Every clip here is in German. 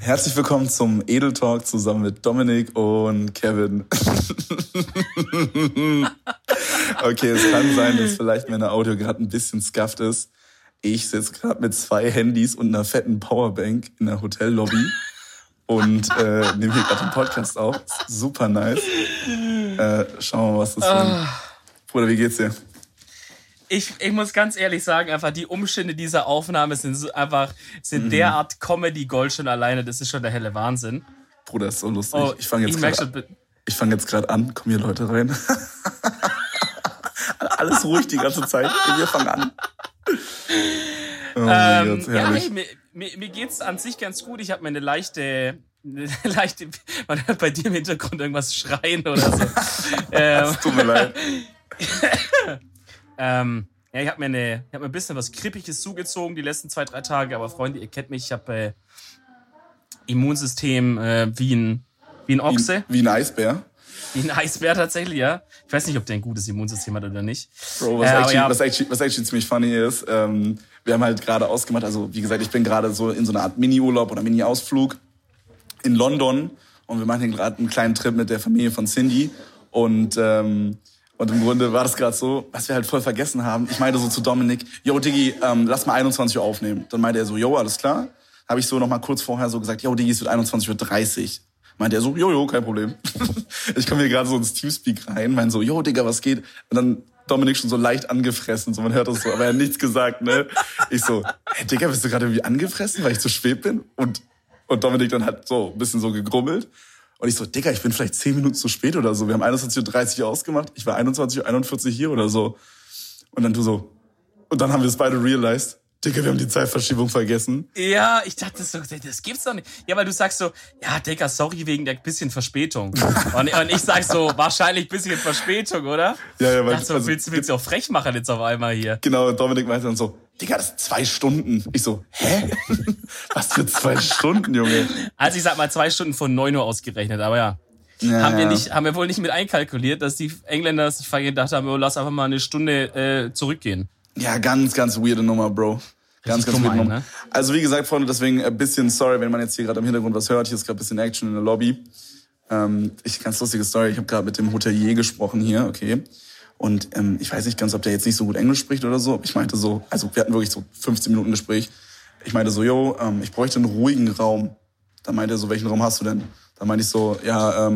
Herzlich willkommen zum Edel Talk zusammen mit Dominik und Kevin. Okay, es kann sein, dass vielleicht meine Audio gerade ein bisschen scuffed ist. Ich sitze gerade mit 2 Handys und einer fetten Powerbank in der Hotellobby und nehme hier gerade den Podcast auf. Super nice. Schauen wir mal, was das ist. Bruder, wie geht's dir? Ich muss ganz ehrlich sagen, einfach die Umstände dieser Aufnahme sind derart Comedy-Gold schon alleine. Das ist schon der helle Wahnsinn. Bruder, ist so lustig. Ich fange jetzt gerade an. Kommen hier Leute rein. Alles ruhig die ganze Zeit. Wir fangen an. Oh mein Gott, herrlich. Mir geht's an sich ganz gut. Ich habe mir eine leichte, man hört bei dir im Hintergrund irgendwas schreien oder so. Es tut mir leid. Ich habe mir ein bisschen was Krippiges zugezogen die letzten 2-3 Tage, aber Freunde, ihr kennt mich, ich habe Immunsystem wie ein Ochse. Wie ein Eisbär. Wie ein Eisbär tatsächlich, ja. Ich weiß nicht, ob der ein gutes Immunsystem hat oder nicht. Bro, was actually ziemlich funny ist, wir haben halt gerade ausgemacht, also wie gesagt, ich bin gerade so in so einer Art Mini-Urlaub oder Mini-Ausflug in London und wir machen hier gerade einen kleinen Trip mit der Familie von Cindy und im Grunde war das gerade so, was wir halt voll vergessen haben. Ich meinte so zu Dominik, yo Diggi, lass mal 21 Uhr aufnehmen. Dann meinte er so, yo, alles klar. Habe ich so noch mal kurz vorher so gesagt, yo Diggi, es wird 21:30 Uhr. Meinte er so, jo, kein Problem. Ich komme hier gerade so ins Teamspeak rein, meinte so, yo Digga, was geht? Und dann Dominik schon so leicht angefressen, so man hört das so, aber er hat nichts gesagt, ne? Ich so, hey Digga, bist du gerade irgendwie angefressen, weil ich zu spät bin? Und Dominik dann hat so ein bisschen so gegrummelt. Und ich so, Digga, ich bin vielleicht 10 Minuten zu spät oder so. Wir haben 21:30 Uhr ausgemacht. Ich war 21:41 Uhr hier oder so. Und dann du so. Und dann haben wir es beide realized. Digga, wir haben die Zeitverschiebung vergessen. Ja, ich dachte so, das gibt's doch nicht. Ja, weil du sagst so, ja, Digga, sorry wegen der bisschen Verspätung. und ich sag so, wahrscheinlich bisschen Verspätung, oder? Ja, weil... Ich dachte so, willst du auch frech machen jetzt auf einmal hier? Genau, und Dominik meinte dann so, Digga, das sind 2 Stunden. Ich so, hä? Was für 2 Stunden, Junge? Also ich sag mal 2 Stunden von 9 Uhr ausgerechnet, aber ja. Haben wir wohl nicht mit einkalkuliert, dass die Engländer sich gedacht haben, oh, lass einfach mal eine Stunde zurückgehen. Ja, ganz, ganz weirde Nummer, Bro. Ganz weirde Nummer. Ne? Also wie gesagt, Freunde, deswegen ein bisschen sorry, wenn man jetzt hier gerade im Hintergrund was hört. Hier ist gerade ein bisschen Action in der Lobby. Ganz lustige Story. Ich habe gerade mit dem Hotelier gesprochen hier, okay. Und ich weiß nicht ganz, ob der jetzt nicht so gut Englisch spricht oder so. Ich meinte so, also wir hatten wirklich so 15 Minuten Gespräch. Ich meinte so, yo, ich bräuchte einen ruhigen Raum. Da meinte er so, welchen Raum hast du denn? Da meinte ich so, ja,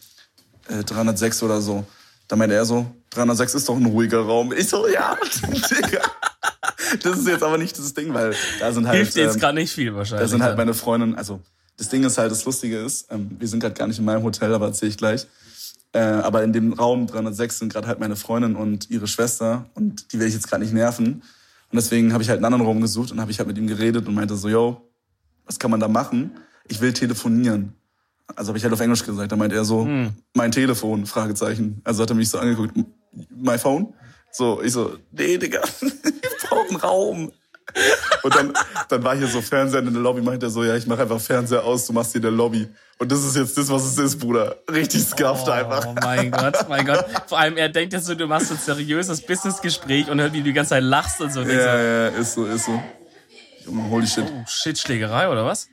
306 oder so. Da meinte er so, 306 ist doch ein ruhiger Raum. Ich so, ja, Digga. Das ist jetzt aber nicht das Ding, weil da sind halt... Hilft dir jetzt gerade nicht viel wahrscheinlich. Da sind halt meine Freundinnen, also das Ding ist halt, das Lustige ist, wir sind gerade gar nicht in meinem Hotel, aber erzähl ich gleich. Aber in dem Raum 306 sind gerade halt meine Freundin und ihre Schwester und die will ich jetzt gerade nicht nerven. Und deswegen habe ich halt einen anderen Raum gesucht und habe ich halt mit ihm geredet und meinte so, yo, was kann man da machen? Ich will telefonieren. Also habe ich halt auf Englisch gesagt. Da meinte er so, mein Telefon, Fragezeichen. Also hat er mich so angeguckt, my phone? So, ich so, nee, Digga, ich brauche einen Raum. Und dann war hier so Fernseher in der Lobby, meinte er so, ja, ich mache einfach Fernseher aus, du machst hier in der Lobby. Und das ist jetzt das, was es ist, Bruder. Richtig scuffed einfach. Oh mein Gott. Vor allem, er denkt jetzt so, du machst ein seriöses Businessgespräch und hört, wie du die ganze Zeit lachst und so. Ja, ist so. Junge, holy shit. Oh, shit, Schlägerei oder was?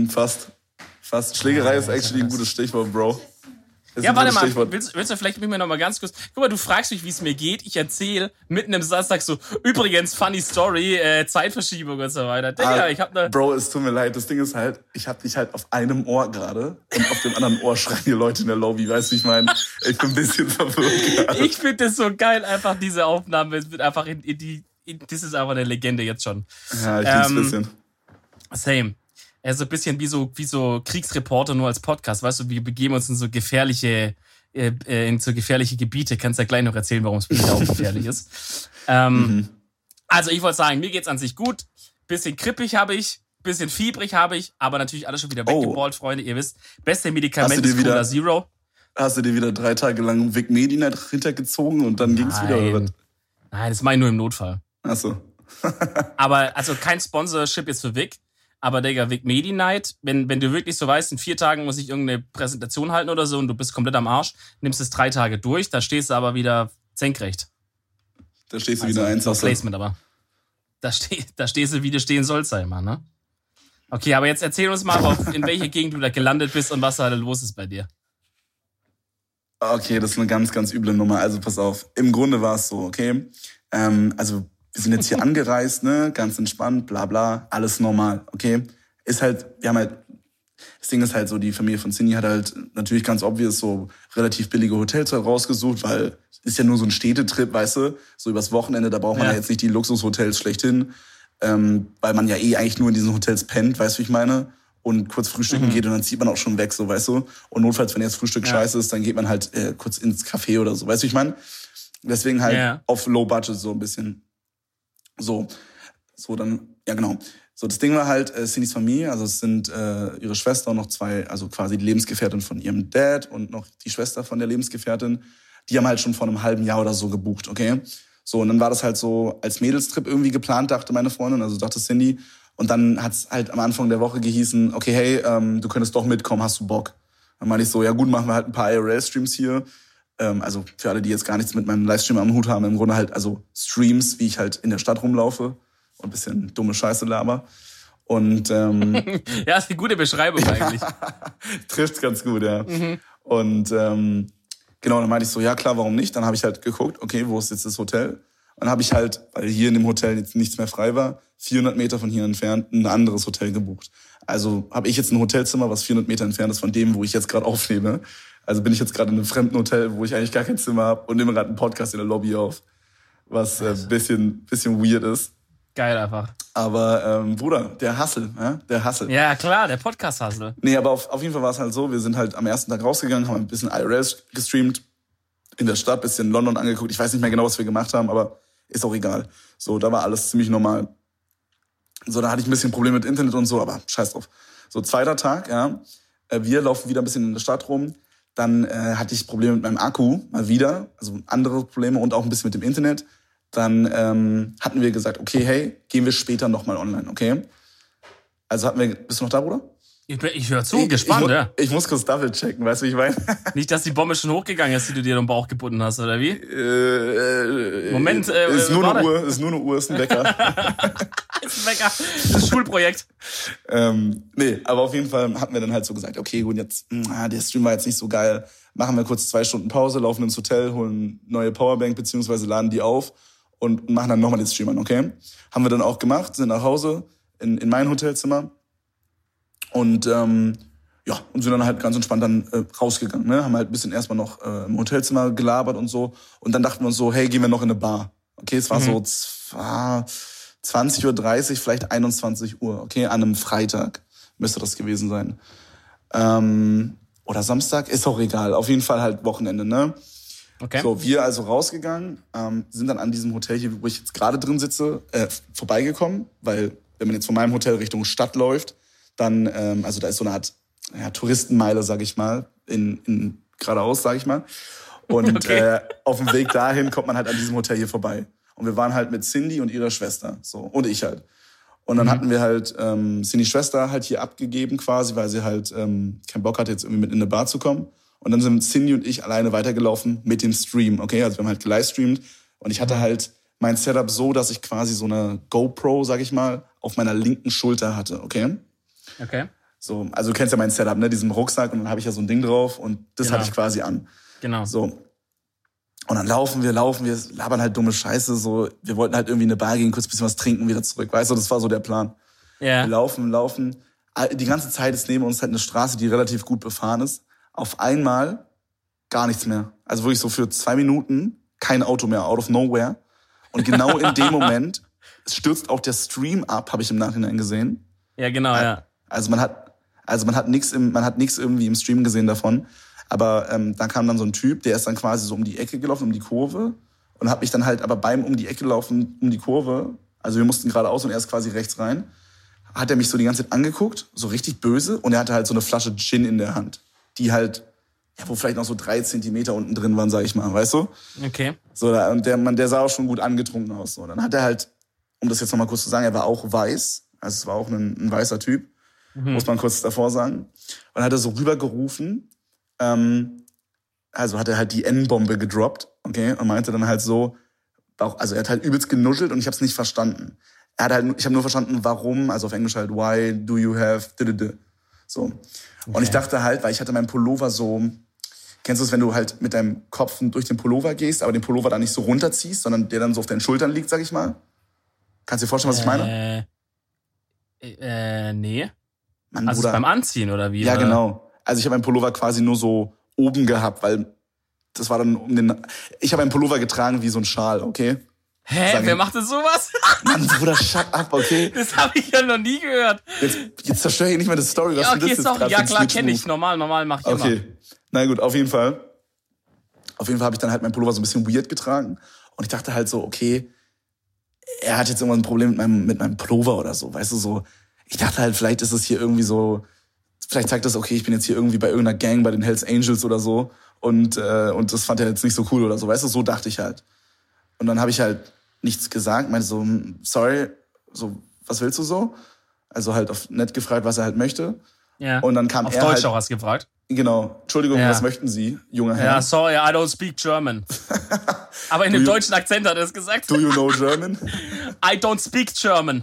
Fast. Schlägerei ist actually ein gutes Stichwort, Bro. Ja, warte mal, willst du vielleicht mit mir noch mal ganz kurz... Guck mal, du fragst mich, wie es mir geht. Ich erzähle mitten im Satz, sagst du, übrigens, funny Story, Zeitverschiebung und so weiter. Digga, ich hab ne... Bro, es tut mir leid. Das Ding ist halt, ich hab dich halt auf einem Ohr gerade und auf dem anderen Ohr schreien hier Leute in der Lobby. Weißt du, wie ich meine? Ich bin ein bisschen verwirrt gerade. Ich finde das so geil, einfach diese Aufnahme. Es wird einfach das ist einfach eine Legende jetzt schon. Ja, ich find's ein bisschen. Same. So ein bisschen wie so Kriegsreporter nur als Podcast, weißt du, wir begeben uns in so gefährliche Gebiete. Kannst ja gleich noch erzählen, warum es wirklich auch gefährlich ist. Also ich wollte sagen, mir geht's an sich gut. Bisschen krippig habe ich, bisschen fiebrig habe ich, aber natürlich alles schon wieder weggeballt, Freunde. Ihr wisst, beste Medikament ist Cola Zero. Hast du dir wieder 3 Tage lang Vic Medi-Night hintergezogen und dann ging's wieder, oder was? Nein, das mache ich nur im Notfall. Ach so. Aber also kein Sponsorship jetzt für Vic. Aber Digga, Vic Medi-Night, wenn du wirklich so weißt, in 4 Tagen muss ich irgendeine Präsentation halten oder so und du bist komplett am Arsch, nimmst es 3 Tage durch, da stehst du aber wieder senkrecht. Da stehst du wieder eins auf Placement, aber da stehst du, wie du stehen sollst, sag ich mal, ne? Okay, aber jetzt erzähl uns mal, in welche Gegend du da gelandet bist und was da los ist bei dir. Okay, das ist eine ganz, ganz üble Nummer. Also pass auf. Im Grunde war es so, okay. Also wir sind jetzt hier angereist, ne, ganz entspannt, bla bla, alles normal, okay. Ist halt, wir haben halt, das Ding ist halt so, die Familie von Cindy hat halt natürlich ganz obvious so relativ billige Hotels halt rausgesucht, weil ist ja nur so ein Städtetrip, weißt du, so übers Wochenende, da braucht man ja jetzt nicht die Luxushotels schlechthin, weil man ja eigentlich nur in diesen Hotels pennt, weißt du, wie ich meine? Und kurz frühstücken geht und dann zieht man auch schon weg, so, weißt du? Und notfalls, wenn jetzt Frühstück scheiße ist, dann geht man halt kurz ins Café oder so, weißt du, wie ich meine? Deswegen halt auf Low Budget so ein bisschen. So dann, ja genau. So, das Ding war halt Cindys Familie, also es sind ihre Schwester und noch zwei, also quasi die Lebensgefährtin von ihrem Dad und noch die Schwester von der Lebensgefährtin, die haben halt schon vor einem halben Jahr oder so gebucht, okay? So, und dann war das halt so als Mädelstrip irgendwie geplant, dachte meine Freundin, also dachte Cindy. Und dann hat's halt am Anfang der Woche gehießen, okay, hey, du könntest doch mitkommen, hast du Bock? Dann meinte ich so, ja gut, machen wir halt ein paar IRL-Streams hier. Also für alle, die jetzt gar nichts mit meinem Livestream am Hut haben, im Grunde halt also Streams, wie ich halt in der Stadt rumlaufe und ein bisschen dumme Scheiße laber. Und ja, ist eine gute Beschreibung eigentlich. Trifft's ganz gut, ja. Und genau, dann meinte ich so, ja klar, warum nicht? Dann habe ich halt geguckt, okay, wo ist jetzt das Hotel? Und dann habe ich halt, weil hier in dem Hotel jetzt nichts mehr frei war, 400 Meter von hier entfernt ein anderes Hotel gebucht. Also habe ich jetzt ein Hotelzimmer, was 400 Meter entfernt ist von dem, wo ich jetzt gerade aufnehme. Also bin ich jetzt gerade in einem fremden Hotel, wo ich eigentlich gar kein Zimmer habe und nehme gerade einen Podcast in der Lobby auf, was bisschen weird ist. Geil einfach. Aber Bruder, der Hustle, ja? Der Hustle. Ja klar, der Podcast-Hustle. Nee, aber auf jeden Fall war es halt so, wir sind halt am ersten Tag rausgegangen, haben ein bisschen IRL gestreamt, in der Stadt, bisschen London angeguckt. Ich weiß nicht mehr genau, was wir gemacht haben, aber ist auch egal. So, da war alles ziemlich normal. So, da hatte ich ein bisschen Probleme mit Internet und so, aber scheiß drauf. So, zweiter Tag, ja. Wir laufen wieder ein bisschen in der Stadt rum. Dann hatte ich Probleme mit meinem Akku, mal wieder. Also andere Probleme und auch ein bisschen mit dem Internet. Dann hatten wir gesagt, okay, hey, gehen wir später nochmal online, okay? Also bist du noch da, Bruder? Ich höre zu, gespannt, ja. Ich muss kurz double checken, weißt du, wie ich meine? Nicht, dass die Bombe schon hochgegangen ist, die du dir im Bauch gebunden hast, oder wie? Moment, ist nur eine Uhr, ist ein Wecker. Ist ein Wecker, das ist Schulprojekt. Nee, aber auf jeden Fall hatten wir dann halt so gesagt, okay, gut, jetzt, der Stream war jetzt nicht so geil, machen wir kurz 2 Stunden Pause, laufen ins Hotel, holen neue Powerbank, beziehungsweise laden die auf und machen dann nochmal den Stream an, okay? Haben wir dann auch gemacht, sind nach Hause, in mein Hotelzimmer. Und und sind dann halt ganz entspannt dann rausgegangen. Ne? Haben halt ein bisschen erstmal noch im Hotelzimmer gelabert und so. Und dann dachten wir uns so, hey, gehen wir noch in eine Bar. Okay, es war so 20:30 Uhr, vielleicht 21 Uhr. Okay, an einem Freitag müsste das gewesen sein. Oder Samstag, ist auch egal. Auf jeden Fall halt Wochenende, ne? Okay. So, wir also rausgegangen, sind dann an diesem Hotel hier, wo ich jetzt gerade drin sitze, vorbeigekommen. Weil wenn man jetzt von meinem Hotel Richtung Stadt läuft, dann, also da ist so eine Art Touristenmeile, sag ich mal, in geradeaus, sag ich mal. Und okay. Auf dem Weg dahin kommt man halt an diesem Hotel hier vorbei. Und wir waren halt mit Cindy und ihrer Schwester, so, und ich halt. Und dann hatten wir halt Cindys Schwester halt hier abgegeben quasi, weil sie halt keinen Bock hatte, jetzt irgendwie mit in eine Bar zu kommen. Und dann sind Cindy und ich alleine weitergelaufen mit dem Stream, okay? Also wir haben halt gelivestreamt und ich hatte halt mein Setup so, dass ich quasi so eine GoPro, sag ich mal, auf meiner linken Schulter hatte, okay? Okay. So, also du kennst ja mein Setup, ne, diesen Rucksack und dann habe ich ja so ein Ding drauf und das hatte ich quasi an. Genau. So. Und dann laufen wir, labern halt dumme Scheiße, so, wir wollten halt irgendwie in eine Bar gehen, kurz ein bisschen was trinken, wieder zurück, weißt du, das war so der Plan. Ja. Wir laufen, die ganze Zeit ist neben uns halt eine Straße, die relativ gut befahren ist. Auf einmal gar nichts mehr. Also wirklich so für 2 Minuten kein Auto mehr, out of nowhere. Und genau in dem Moment stürzt auch der Stream ab, habe ich im Nachhinein gesehen. Ja, genau, ja. Also man hat nichts irgendwie im Stream gesehen davon. Aber dann kam dann so ein Typ, der ist dann quasi so um die Ecke gelaufen, um die Kurve. Und hat mich dann halt aber beim um die Ecke laufen, um die Kurve, also wir mussten geradeaus und er ist quasi rechts rein, hat er mich so die ganze Zeit angeguckt, so richtig böse. Und er hatte halt so eine Flasche Gin in der Hand, die halt, ja, wo vielleicht noch so 3 Zentimeter unten drin waren, sag ich mal, weißt du? Okay. So, und der sah auch schon gut angetrunken aus. So. Dann hat er halt, um das jetzt nochmal kurz zu sagen, er war auch weiß. Also es war auch ein weißer Typ, muss man kurz davor sagen. Und dann hat er so rübergerufen, also hat er halt die N-Bombe gedroppt, okay, und meinte dann halt so, also er hat halt übelst genuschelt und ich hab's nicht verstanden. ich habe nur verstanden, warum, also auf Englisch halt, why do you have, so. Und ich dachte halt, weil ich hatte meinen Pullover so, kennst du es, wenn du halt mit deinem Kopf durch den Pullover gehst, aber den Pullover dann nicht so runterziehst, sondern der dann so auf deinen Schultern liegt, sag ich mal? Kannst du dir vorstellen, was ich meine? Nee. Mann, also Bruder, beim Anziehen oder wie? ja, oder? genau. Also ich habe meinen Pullover quasi nur so oben gehabt, weil das war dann ich habe einen Pullover getragen wie so ein Schal, okay? Hä? Wer macht denn sowas? Mann, Bruder, shut up, okay? Das habe ich ja noch nie gehört. Jetzt zerstöre ich nicht mehr die Story. Was Ja, denn okay, das sorry. jetzt Ja, grad für klar, ein kenne ich. Switch-Move? Normal mach ich immer. Okay, na gut, auf jeden Fall. Auf jeden Fall habe ich dann halt meinen Pullover so ein bisschen weird getragen. Und ich dachte halt so, okay, er hat jetzt irgendwann ein Problem mit meinem Pullover oder so, weißt du, so. Ich dachte halt, vielleicht ist es hier irgendwie so, vielleicht zeigt das, okay, ich bin jetzt hier irgendwie bei irgendeiner Gang, bei den Hells Angels oder so. Und das fand er jetzt nicht so cool oder so, weißt du, so dachte ich halt. Und dann habe ich halt nichts gesagt, meinte so, sorry, so, was willst du so? Also halt auf nett gefragt, was er halt möchte. Ja. Und dann kam auf er Deutsch halt, auch was gefragt. Genau, Entschuldigung, Ja. was möchten Sie, junger Herr? Ja, sorry, I don't speak German. Aber in einem deutschen Akzent hat er es gesagt. Do you know German? I don't speak German.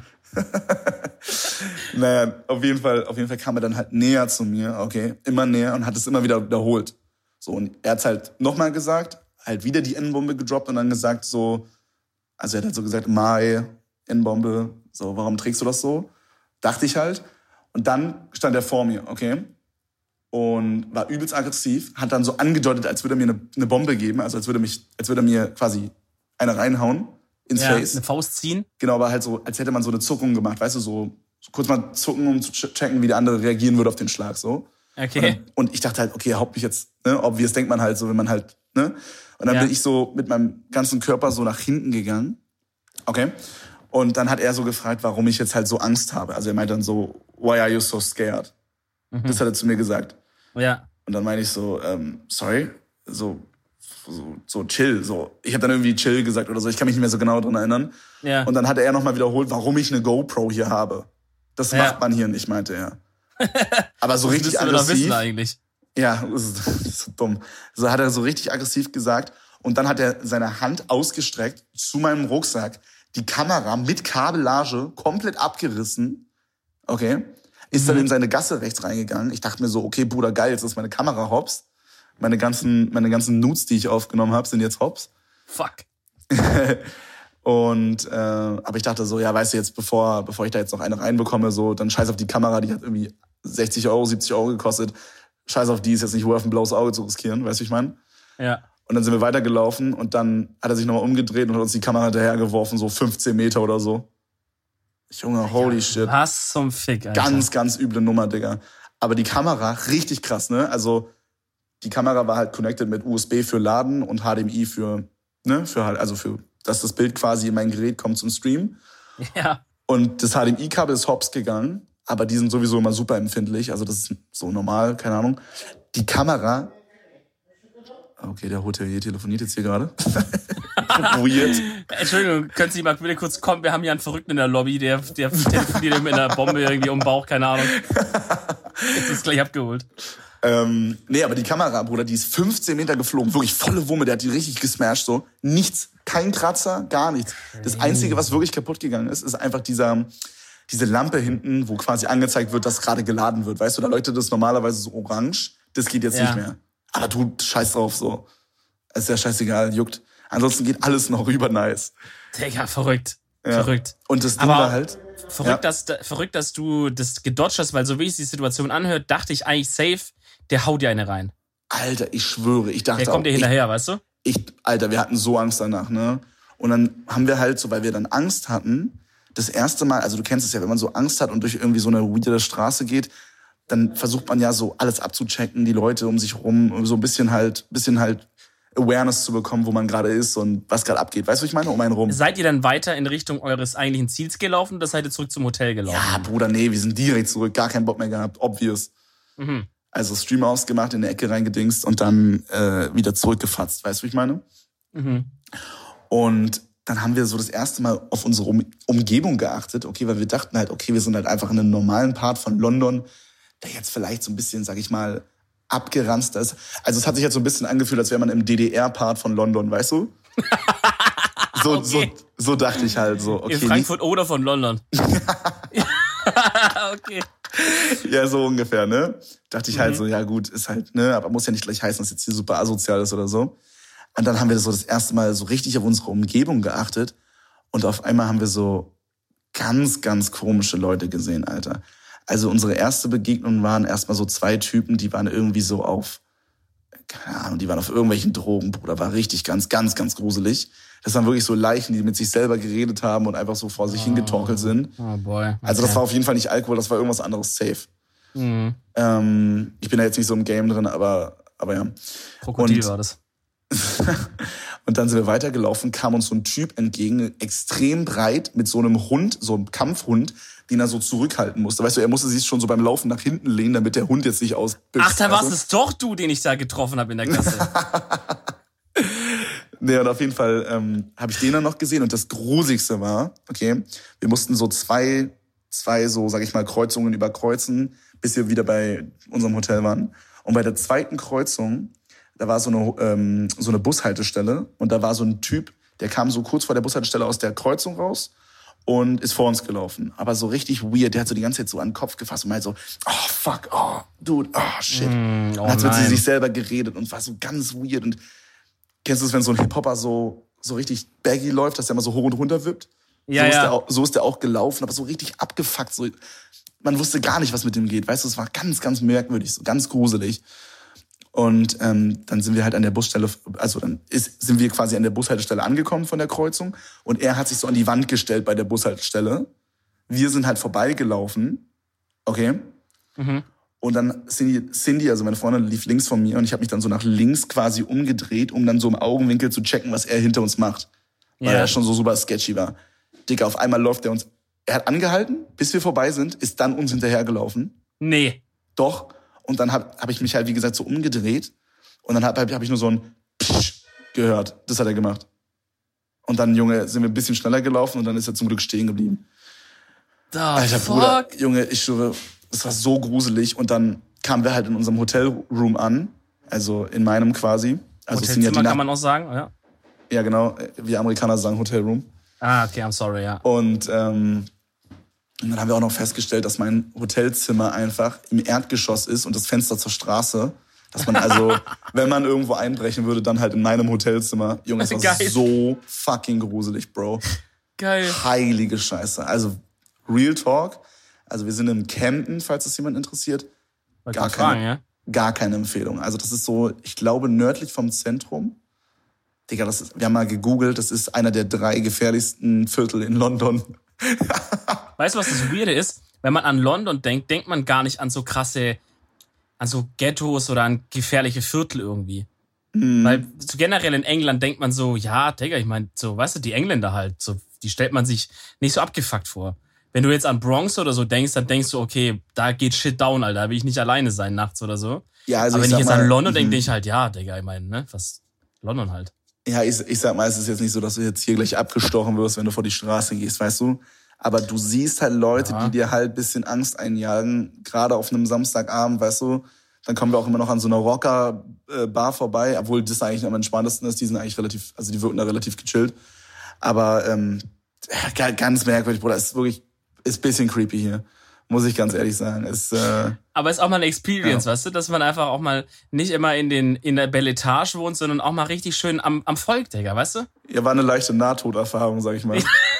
Naja, auf jeden Fall kam er dann halt näher zu mir, okay, immer näher und hat es immer wieder wiederholt. So, und er hat's halt nochmal gesagt, halt wieder die N-Bombe gedroppt und dann gesagt so, also er hat halt so gesagt, Mai, N-Bombe, so, warum trägst du das so? Dachte ich halt. Und dann stand er vor mir, okay, und war übelst aggressiv, hat dann so angedeutet, als würde er mir eine Bombe geben, also als würde er mir quasi eine reinhauen ins Face. Eine Faust ziehen. Genau, aber halt so, als hätte man so eine Zuckung gemacht, weißt du, so kurz mal zucken, um zu checken, wie der andere reagieren würde auf den Schlag, so. Okay. Und ich dachte halt, okay, er haut mich jetzt, ne, obvious denkt man halt so, wenn man halt, ne. Und dann bin ich so mit meinem ganzen Körper so nach hinten gegangen, okay. Und dann hat er so gefragt, warum ich jetzt halt so Angst habe. Also er meinte dann so, why are you so scared? Das hat er zu mir gesagt. Ja. Und dann meine ich so, sorry, so chill, so. Ich habe dann irgendwie chill gesagt oder so, ich kann mich nicht mehr so genau dran erinnern. Ja. Und dann hat er nochmal wiederholt, warum ich eine GoPro hier habe. Das macht man hier nicht, meinte er. Aber so richtig aggressiv. Das aggressiv. wissen eigentlich. Ja, das ist so dumm. So hat er so richtig aggressiv gesagt. Und dann hat er seine Hand ausgestreckt zu meinem Rucksack, die Kamera mit Kabellage komplett abgerissen. Okay. Ist dann in seine Gasse rechts reingegangen. Ich dachte mir so, okay, Bruder, geil, jetzt ist meine Kamera hops. Meine ganzen Nudes, die ich aufgenommen habe, sind jetzt hops. Fuck. Und aber ich dachte so, ja, weißt du, jetzt bevor ich da jetzt noch eine reinbekomme, so, dann scheiß auf die Kamera, die hat irgendwie 60 Euro, 70 Euro gekostet. Scheiß auf die, ist jetzt nicht worth, ein blaues Auge zu riskieren, weißt du, wie ich meine? Ja. Und dann sind wir weitergelaufen und dann hat er sich nochmal umgedreht und hat uns die Kamera hinterhergeworfen, so 15 Meter oder so. Junge, holy shit. Was zum Fick, Alter. Ganz, ganz üble Nummer, Digga. Aber die Kamera, richtig krass, ne? Also, die Kamera war halt connected mit USB für Laden und HDMI für, dass das Bild quasi in mein Gerät kommt zum Stream. Ja. Und das HDMI-Kabel ist hops gegangen, aber die sind sowieso immer super empfindlich, also das ist so normal, keine Ahnung. Die Kamera, okay, der Hotelier telefoniert jetzt hier gerade. Weird. Entschuldigung, können Sie mal bitte kurz kommen? Wir haben hier einen Verrückten in der Lobby, der telefoniert mit einer Bombe irgendwie um den Bauch, keine Ahnung. Jetzt ist es gleich abgeholt. Nee, aber die Kamera, Bruder, die ist 15 Meter geflogen. Wirklich volle Wumme, der hat die richtig gesmashed, so. Nichts, kein Kratzer, gar nichts. Das Einzige, was wirklich kaputt gegangen ist, ist einfach diese Lampe hinten, wo quasi angezeigt wird, dass gerade geladen wird. Weißt du, da leuchtet das normalerweise so orange. Das geht jetzt nicht mehr. Aber du, scheiß drauf, so. Ist ja scheißegal, juckt. Ansonsten geht alles noch rüber nice. Digga, verrückt. Ja. Verrückt. Und das Ding war halt... Verrückt, dass du das gedodged hast, weil so wie es die Situation anhört, dachte ich eigentlich safe, der haut dir eine rein. Alter, ich schwöre, ich dachte der kommt dir hinterher, weißt du? Alter, wir hatten so Angst danach, ne? Und dann haben wir halt so, weil wir dann Angst hatten, das erste Mal, also du kennst es ja, wenn man so Angst hat und durch irgendwie so eine weirde Straße geht, dann versucht man ja so alles abzuchecken, die Leute um sich rum, so ein bisschen halt Awareness zu bekommen, wo man gerade ist und was gerade abgeht. Weißt du, was ich meine? Um einen rum. Seid ihr dann weiter in Richtung eures eigentlichen Ziels gelaufen oder seid ihr zurück zum Hotel gelaufen? Ja, Bruder, nee, wir sind direkt zurück, gar keinen Bock mehr gehabt, obvious. Mhm. Also Stream ausgemacht, in der Ecke reingedingst und dann wieder zurückgefatzt. Weißt du, wie ich meine? Mhm. Und dann haben wir so das erste Mal auf unsere Umgebung geachtet, okay, weil wir dachten halt, okay, wir sind halt einfach in einem normalen Part von London, der jetzt vielleicht so ein bisschen, sag ich mal, abgeranzt ist. Also es hat sich jetzt so ein bisschen angefühlt, als wäre man im DDR-Part von London, weißt du? so dachte ich halt so. Okay, in Frankfurt oder von London. Okay. Ja, so ungefähr, ne? Dachte ich halt so, ja gut, ist halt, ne? Aber muss ja nicht gleich heißen, dass jetzt hier super asozial ist oder so. Und dann haben wir so das erste Mal so richtig auf unsere Umgebung geachtet. Und auf einmal haben wir so ganz, ganz komische Leute gesehen, Alter. Also unsere erste Begegnung waren erstmal so 2 Typen, die waren irgendwie so auf, keine Ahnung, die waren auf irgendwelchen Drogen, Bruder, war richtig ganz, ganz, ganz gruselig. Das waren wirklich so Leichen, die mit sich selber geredet haben und einfach so vor sich hingetorkelt sind. Oh boy. Okay. Also das war auf jeden Fall nicht Alkohol, das war irgendwas anderes safe. Mhm. Ich bin da jetzt nicht so im Game drin, aber ja. Krokodil war das. Und dann sind wir weitergelaufen, kam uns so ein Typ entgegen, extrem breit, mit so einem Hund, so einem Kampfhund, den er so zurückhalten musste. Weißt du, er musste sich schon so beim Laufen nach hinten lehnen, damit der Hund jetzt nicht ausbüchst. Ach, da warst es doch du, den ich da getroffen habe in der Klasse. Nee, und auf jeden Fall habe ich den dann noch gesehen. Und das Gruseligste war, okay, wir mussten so zwei so, sag ich mal, Kreuzungen überkreuzen, bis wir wieder bei unserem Hotel waren. Und bei der zweiten Kreuzung, da war so eine Bushaltestelle und da war so ein Typ, der kam so kurz vor der Bushaltestelle aus der Kreuzung raus und ist vor uns gelaufen. Aber so richtig weird, der hat so die ganze Zeit so an den Kopf gefasst und meinte so, oh fuck, oh dude, oh shit. Und hat mit sich selber geredet und war so ganz weird. Und kennst du es, wenn so ein Hip-Hopper so richtig baggy läuft, dass der immer so hoch und runter wippt? Ja, so ist der auch gelaufen, aber so richtig abgefuckt. So, man wusste gar nicht, was mit dem geht. Weißt du, es war ganz, ganz merkwürdig, so ganz gruselig. Und dann sind wir halt an der Busstelle, also sind wir quasi an der Bushaltestelle angekommen von der Kreuzung und er hat sich so an die Wand gestellt bei der Bushaltestelle. Wir sind halt vorbeigelaufen, okay? Mhm. Und dann Cindy, also meine Freundin, lief links von mir und ich habe mich dann so nach links quasi umgedreht, um dann so im Augenwinkel zu checken, was er hinter uns macht. Weil er schon so super sketchy war. Digga, auf einmal läuft er hat angehalten, bis wir vorbei sind, ist dann uns hinterhergelaufen. Nee. Doch. Und dann hab ich mich halt, wie gesagt, so umgedreht. Und dann hab ich nur so ein Psch gehört. Das hat er gemacht. Und dann, Junge, sind wir ein bisschen schneller gelaufen und dann ist er zum Glück stehen geblieben. Alter, fuck? Bruder, Junge, ich schwöre, es war so gruselig. Und dann kamen wir halt in unserem Hotelroom an. Also in meinem quasi. Also Hotelzimmer kann man auch sagen, ja? Ja, genau. Wir Amerikaner sagen Hotelroom. Ah, okay, I'm sorry, ja. Und dann haben wir auch noch festgestellt, dass mein Hotelzimmer einfach im Erdgeschoss ist und das Fenster zur Straße. Dass man also, wenn man irgendwo einbrechen würde, dann halt in meinem Hotelzimmer. Junge, das war so fucking gruselig, Bro. Geil. Heilige Scheiße. Also, Real Talk. Also, wir sind in Camden, falls das jemand interessiert. Gar keine Empfehlung. Also, das ist so, ich glaube, nördlich vom Zentrum. Digga, wir haben mal gegoogelt, das ist einer der 3 gefährlichsten Viertel in London. Weißt du, was das Weirde ist? Wenn man an London denkt, denkt man gar nicht an so krasse, an so Ghettos oder an gefährliche Viertel irgendwie. Weil so generell in England denkt man so, ja, Digga, ich meine, so, weißt du, die Engländer halt, so, die stellt man sich nicht so abgefuckt vor. Wenn du jetzt an Bronx oder so denkst, dann denkst du, okay, da geht Shit down, Alter, da will ich nicht alleine sein nachts oder so. Ja, also aber wenn ich jetzt an London denke, ich halt, ja, Digga, ich meine, ne, was, London halt. Ja, ich sag mal, es ist jetzt nicht so, dass du jetzt hier gleich abgestochen wirst, wenn du vor die Straße gehst, weißt du? Aber du siehst halt Leute, die dir halt ein bisschen Angst einjagen, gerade auf einem Samstagabend, weißt du? Dann kommen wir auch immer noch an so einer Rocker-Bar vorbei, obwohl das eigentlich am entspanntesten ist. Die sind eigentlich relativ, also die wirken da relativ gechillt. Aber ganz merkwürdig, Bruder. Ist ein bisschen creepy hier. Muss ich ganz ehrlich sagen. Aber es ist auch mal eine Experience, weißt du, dass man einfach auch mal nicht immer in der Belletage wohnt, sondern auch mal richtig schön am Volk, Digga, weißt du? Ja, war eine leichte Nahtoderfahrung, sag ich mal.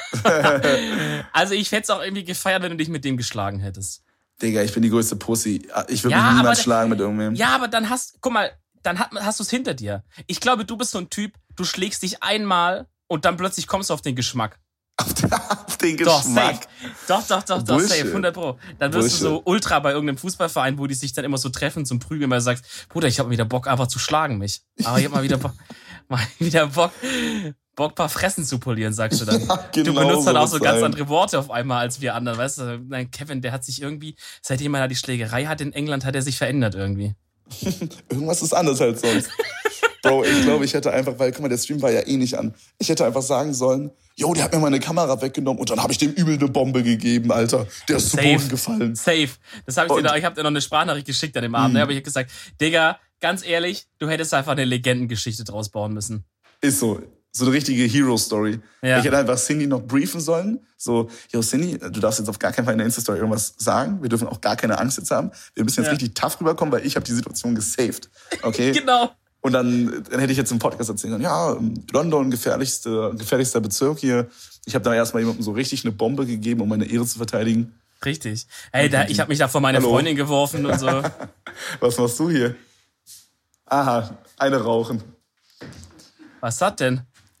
Also ich hätte es auch irgendwie gefeiert, wenn du dich mit dem geschlagen hättest. Digga, ich bin die größte Pussy. Ich würde mich niemals schlagen mit irgendwem. Ja, aber dann hast du es hinter dir. Ich glaube, du bist so ein Typ, du schlägst dich einmal und dann plötzlich kommst du auf den Geschmack. Auf den Geschmack. Doch, safe, 100 Pro. Dann wirst du so ultra bei irgendeinem Fußballverein, wo die sich dann immer so treffen zum Prügeln, weil du sagst, Bruder, ich hab mal wieder Bock, einfach zu schlagen mich. Aber ich hab mal wieder Bock, ein paar Fressen zu polieren, sagst du dann. Ja, genau, du benutzt dann auch so ganz andere Worte auf einmal als wir anderen, weißt du? Nein, Kevin, der hat sich irgendwie, seitdem er da die Schlägerei hat in England, hat er sich verändert irgendwie. Irgendwas ist anders als sonst. Bro, ich glaube, ich hätte einfach, weil, guck mal, der Stream war ja eh nicht an. Ich hätte einfach sagen sollen, yo, der hat mir meine Kamera weggenommen und dann habe ich dem übel eine Bombe gegeben, Alter. Der ist zu Boden gefallen. Safe. Das habe ich hab dir noch eine Sprachnachricht geschickt an dem Abend. Aber ich habe gesagt, Digga, ganz ehrlich, du hättest einfach eine Legendengeschichte draus bauen müssen. Ist so. So eine richtige Hero-Story. Ja. Ich hätte einfach Cindy noch briefen sollen. So, yo Cindy, du darfst jetzt auf gar keinen Fall in der Insta-Story irgendwas sagen. Wir dürfen auch gar keine Angst jetzt haben. Wir müssen jetzt richtig tough rüberkommen, weil ich habe die Situation gesaved. Okay? Genau. Und dann hätte ich jetzt im Podcast erzählen können, ja, London, gefährlichster Bezirk hier. Ich habe da erstmal jemandem so richtig eine Bombe gegeben, um meine Ehre zu verteidigen. Richtig. Ey, ich habe mich da vor meine Freundin geworfen und so. Was machst du hier? Aha, eine rauchen. Was hat denn?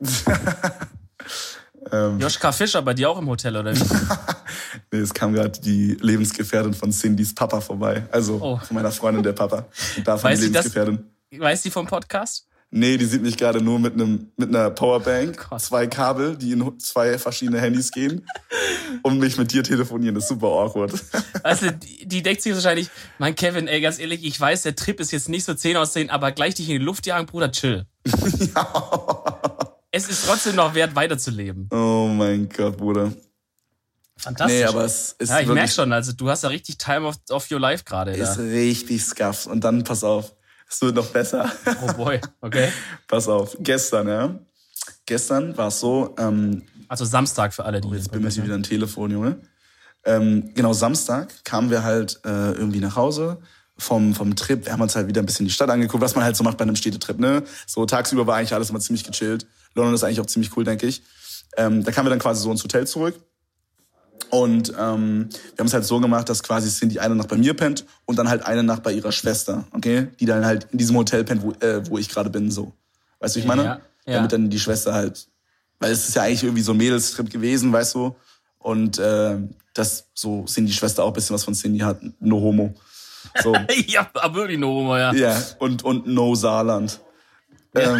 Joschka Fischer bei dir auch im Hotel, oder wie? Nee, es kam gerade die Lebensgefährtin von Cindys Papa vorbei. Also von meiner Freundin, der Papa. Und davon die Lebensgefährtin. Weiß die vom Podcast? Nee, die sieht mich gerade nur mit einer Powerbank, 2 Kabel, die in 2 verschiedene Handys gehen und mich mit dir telefonieren. Das ist super awkward. Also, die denkt sich wahrscheinlich, mein Kevin, ey, ganz ehrlich, ich weiß, der Trip ist jetzt nicht so 10 aus 10, aber gleich dich in die Luft jagen, Bruder, chill. Ja. Es ist trotzdem noch wert, weiterzuleben. Oh mein Gott, Bruder. Fantastisch. Nee, aber es ist ja, ich merke schon, also du hast ja richtig Time of your life gerade. Ist richtig scuffed. Und dann, pass auf, es wird noch besser. Oh boy, okay. Pass auf, gestern war es so. Also Samstag für alle, die jetzt bin ich wieder am Telefon, Junge. Genau, Samstag kamen wir halt irgendwie nach Hause vom Trip. Wir haben uns halt wieder ein bisschen die Stadt angeguckt, was man halt so macht bei einem Städtetrip, ne? So tagsüber war eigentlich alles immer ziemlich gechillt. London ist eigentlich auch ziemlich cool, denke ich. Da kamen wir dann quasi so ins Hotel zurück. Und wir haben es halt so gemacht, dass quasi Cindy eine Nacht bei mir pennt und dann halt eine Nacht bei ihrer Schwester, okay? Die dann halt in diesem Hotel pennt, wo ich gerade bin, so. Weißt du, ich meine? Ja. Damit dann die Schwester halt, weil es ist ja eigentlich irgendwie so ein Mädelstrip gewesen, weißt du? Und dass so Cindy Schwester auch ein bisschen was von Cindy hat, no homo. So. Ja, aber wirklich no homo, ja. Ja, und no Saarland. Ja.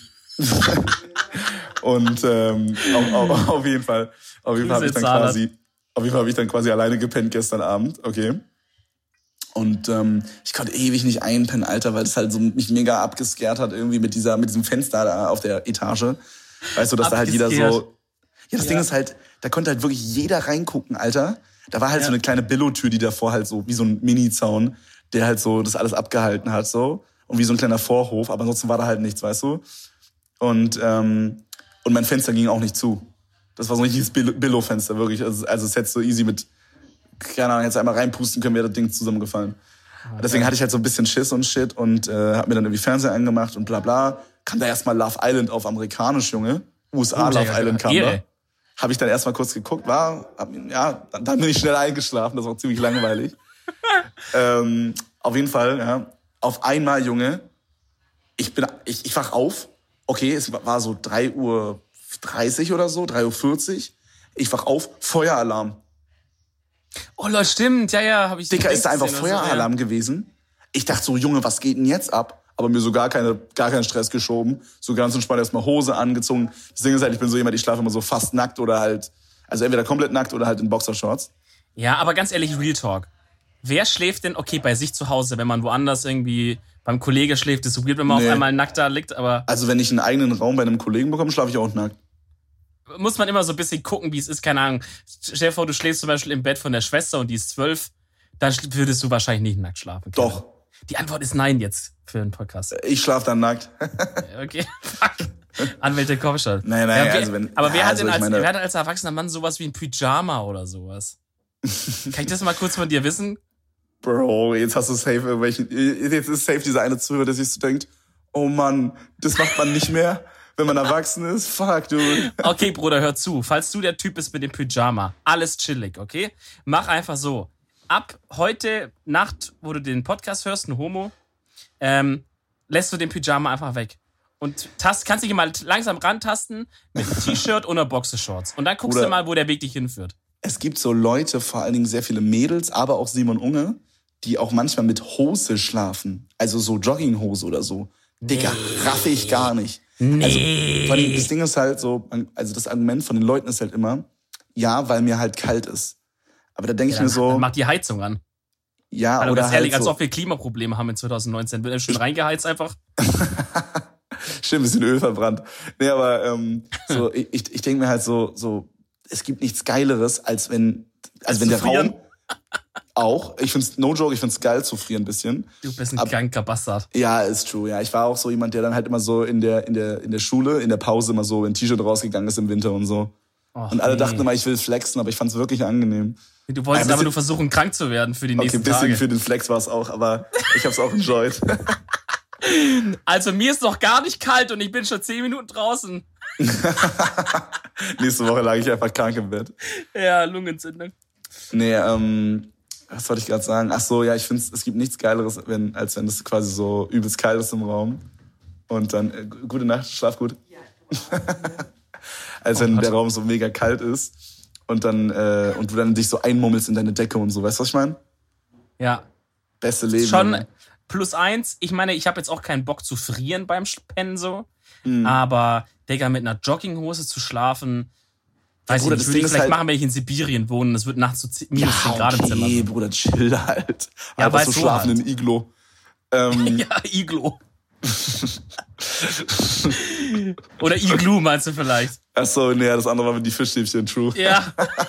Und auf jeden Fall habe ich dann quasi alleine gepennt gestern Abend, okay. Und ich konnte ewig nicht einpennen, Alter, weil es halt so mich mega abgescared hat irgendwie mit diesem Fenster da auf der Etage. Weißt du, dass da halt jeder so... Ja, das Ding ist halt, da konnte halt wirklich jeder reingucken, Alter. Da war halt so eine kleine Billo-Tür, die davor halt so, wie so ein Mini-Zaun, der halt so das alles abgehalten hat, so. Und wie so ein kleiner Vorhof, aber ansonsten war da halt nichts, weißt du. Und mein Fenster ging auch nicht zu. Das war so ein richtiges Billo-Fenster, wirklich. Also es hätte so easy mit, keine Ahnung, jetzt einmal reinpusten können, wäre das Ding zusammengefallen. Okay. Deswegen hatte ich halt so ein bisschen Schiss und Shit und hab mir dann irgendwie Fernseher angemacht und bla bla. Kam da erstmal Love Island auf amerikanisch, Junge. USA Love Island kam da. Habe ich dann erstmal kurz geguckt, dann bin ich schnell eingeschlafen, das war auch ziemlich langweilig. Auf jeden Fall, ja. Auf einmal, Junge, ich wach auf. Okay, es war so 3:30 Uhr oder so, 3:40 Uhr. Ich wach auf, Feueralarm. Oh Leute, stimmt, ja, habe ich. Dicker, ist da einfach Feueralarm gewesen. Ich dachte so, Junge, was geht denn jetzt ab? Aber mir so gar keinen Stress geschoben. So ganz entspannt erstmal Hose angezogen. Das Ding ist halt, ich bin so jemand, ich schlafe immer so fast nackt oder halt, also entweder komplett nackt oder halt in Boxershorts. Ja, aber ganz ehrlich, Real Talk. Wer schläft denn, okay, bei sich zu Hause, wenn man woanders irgendwie beim Kollege schläft, ist so weird, wenn man auf einmal nackt da liegt, aber... Also wenn ich einen eigenen Raum bei einem Kollegen bekomme, schlafe ich auch nackt. Muss man immer so ein bisschen gucken, wie es ist, keine Ahnung. Stell dir vor, du schläfst zum Beispiel im Bett von der Schwester und die ist 12, dann würdest du wahrscheinlich nicht nackt schlafen können. Doch. Die Antwort ist nein jetzt für einen Podcast. Ich schlafe dann nackt. Okay, fuck. Anwälte Kopfschall. Nein, also wer hat denn als erwachsener Mann sowas wie ein Pyjama oder sowas? Kann ich das mal kurz von dir wissen? Bro, jetzt hast du jetzt ist safe dieser eine Zuhörer, der sich so denkt, oh Mann, das macht man nicht mehr, wenn man erwachsen ist. Fuck, dude. Okay, Bruder, hör zu. Falls du der Typ bist mit dem Pyjama, alles chillig, okay? Mach einfach so. Ab heute Nacht, wo du den Podcast hörst, ein Homo, lässt du den Pyjama einfach weg. Und kannst dich mal langsam rantasten mit einem T-Shirt und einer Boxershorts. Und dann guckst du mal, wo der Weg dich hinführt. Es gibt so Leute, vor allen Dingen sehr viele Mädels, aber auch Simon Unge, die auch manchmal mit Hose schlafen. Also so Jogginghose oder so. Digga, raffe ich gar nicht. Nee. Also, vor allem, das Ding ist halt so, also das Argument von den Leuten ist halt immer, ja, weil mir halt kalt ist. Aber da denke ich mir so... Dann mach die Heizung an. Ja, also, oder ganz halt ehrlich, so, als ob wir Klimaprobleme haben in 2019. Wird schön reingeheizt einfach. Schön, ein bisschen Öl verbrannt. Nee, aber so, ich denke mir halt so, es gibt nichts Geileres, als wenn der Raum... Auch. Ich find's, no joke, ich find's geil zu frieren ein bisschen. Du bist ein kranker Bastard. Ja, ist true. Ja, ich war auch so jemand, der dann halt immer so in der Schule, in der Pause immer so in T-Shirt rausgegangen ist im Winter und so. Och, und alle dachten immer, ich will flexen, aber ich fand's wirklich angenehm. Du wolltest aber nur versuchen, krank zu werden für die nächsten Tage. Okay, ein bisschen für den Flex war's auch, aber ich hab's auch enjoyed. Also mir ist noch gar nicht kalt und ich bin schon 10 Minuten draußen. Nächste Woche lag ich einfach krank im Bett. Ja, Lungenentzündung. Nee, was wollte ich gerade sagen? Ach so, ja, ich finde, es gibt nichts Geileres, als wenn es quasi so übelst kalt ist im Raum. Und dann, gute Nacht, schlaf gut. Als wenn der Raum so mega kalt ist und dann und du dann dich so einmummelst in deine Decke und so. Weißt du, was ich meine? Ja. Beste Leben. Schon +1. Ich meine, ich habe jetzt auch keinen Bock zu frieren beim Pennen so. Aber, Digga, mit einer Jogginghose zu schlafen... Weiß Bruder, ich nicht, würde ich vielleicht halt machen, wenn ich in Sibirien wohne. Es wird nachts so minus 10 Grad im Zimmer. Nee, Bruder, chill halt. Ja, einfach so schlafen halt. in Iglo. Ja, Iglo. Oder Iglu meinst du vielleicht? Ach so, nee, das andere war mit die Fischstäbchen, true. Ja.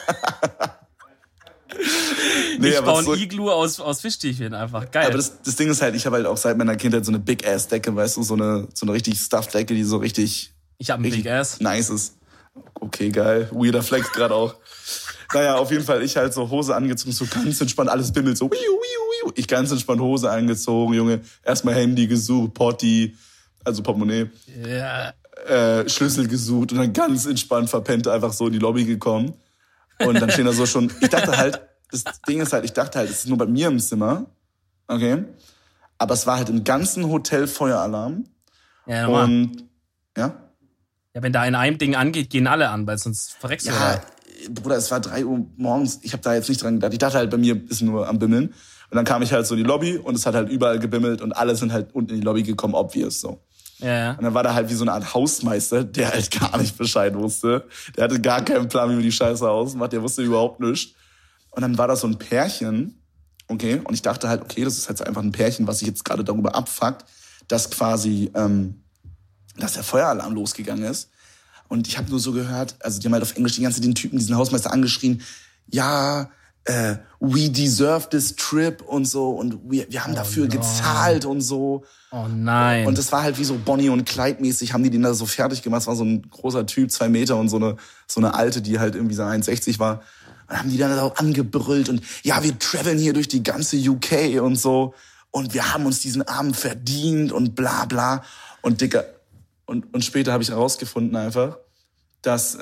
Nee, ich baue ein Iglu aus Fischstäbchen einfach. Geil. Aber das Ding ist halt, ich habe halt auch seit meiner Kindheit so eine Big-Ass-Decke, weißt du, so eine richtig Stuffed-Decke, die so richtig... Ich habe einen Big-Ass. Nice ist. Okay, geil. Weirder Flex gerade auch. Naja, auf jeden Fall, ich halt so Hose angezogen, so ganz entspannt, alles bimmelt so. Ich ganz entspannt Hose angezogen, Junge. Erstmal Handy gesucht, Porti, also Portemonnaie. Ja. Schlüssel gesucht und dann ganz entspannt verpennt einfach so in die Lobby gekommen. Und dann stehen da so schon, ich dachte halt, das Ding ist halt, es ist nur bei mir im Zimmer. Okay. Aber es war halt im ganzen Hotel Feueralarm. Ja, normal. Und, ja? Ja, wenn da in einem Ding angeht, gehen alle an, weil sonst verreckst du. Ja, Bruder, es war 3 Uhr morgens. Ich habe da jetzt nicht dran gedacht. Ich dachte halt, bei mir ist nur am Bimmeln. Und dann kam ich halt so in die Lobby und es hat halt überall gebimmelt und alle sind halt unten in die Lobby gekommen, obvious so. Ja. Und dann war da halt wie so eine Art Hausmeister, der halt gar nicht Bescheid wusste. Der hatte gar keinen Plan, wie man die Scheiße ausmacht. Der wusste überhaupt nichts. Und dann war da so ein Pärchen, okay? Und ich dachte halt, okay, das ist halt einfach ein Pärchen, was sich jetzt gerade darüber abfuckt, dass quasi... dass der Feueralarm losgegangen ist. Und ich habe nur so gehört, also die haben halt auf Englisch den Typen, diesen Hausmeister angeschrien, ja, we deserve this trip und so und wir haben dafür gezahlt und so. Oh nein. Und das war halt wie so Bonnie und Clyde mäßig, haben die den da so fertig gemacht. Es war so ein großer Typ, 2 Meter und so eine Alte, die halt irgendwie so 1,60 war. Und haben die dann auch angebrüllt und ja, wir traveln hier durch die ganze UK und so und wir haben uns diesen Abend verdient und bla bla. Und Dicker, und später habe ich herausgefunden einfach, dass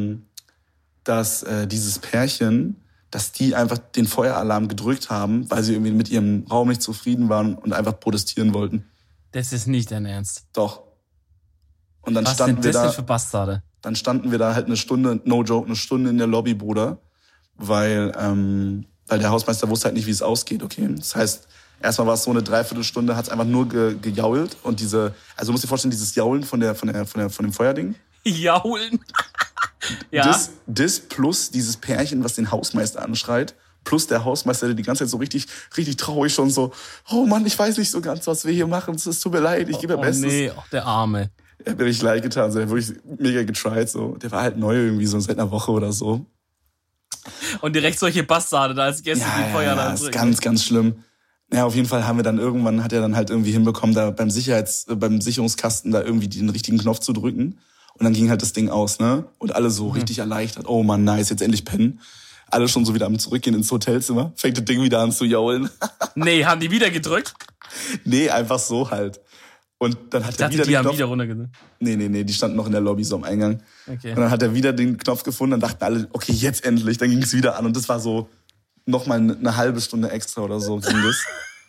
dieses Pärchen, dass die einfach den Feueralarm gedrückt haben, weil sie irgendwie mit ihrem Raum nicht zufrieden waren und einfach protestieren wollten. Das ist nicht dein Ernst. Doch. Und dann Was standen wir da. Was sind das denn für Bastarde? Dann standen wir da halt eine Stunde, no joke, eine Stunde in der Lobby, Bruder, weil der Hausmeister wusste halt nicht, wie es ausgeht, okay? Das heißt, erstmal war es so eine Dreiviertelstunde, hat es einfach nur gejault und also du musst dir vorstellen, dieses Jaulen von dem Feuerding. Jaulen? Ja. Das plus dieses Pärchen, was den Hausmeister anschreit, plus der Hausmeister, der die ganze Zeit so richtig, richtig traurig schon so, oh Mann, ich weiß nicht so ganz, was wir hier machen, es tut mir leid, ich gebe mein Bestes. Nee, der Arme. Er hat mir richtig leid getan, so, er hat wirklich mega getried, so. Der war halt neu irgendwie so seit einer Woche oder so. Und direkt solche Bastarde da als Gäste, die Feuer da das ist ganz, ganz schlimm. Ja, auf jeden Fall hat er dann halt irgendwie hinbekommen, da beim Sicherungskasten da irgendwie den richtigen Knopf zu drücken. Und dann ging halt das Ding aus, ne? Und alle so richtig erleichtert. Oh man, nice, jetzt endlich pennen. Alle schon so wieder am Zurückgehen ins Hotelzimmer. Fängt das Ding wieder an zu jaulen. Nee, haben die wieder gedrückt? Nee, einfach so halt. Und dann hat er wieder die den haben Knopf... wieder runtergesetzt. Nee, die standen noch in der Lobby so am Eingang. Okay. Und dann hat er wieder den Knopf gefunden, dann dachten alle, okay, jetzt endlich. Dann ging es wieder an und das war so nochmal eine halbe Stunde extra oder so ging das.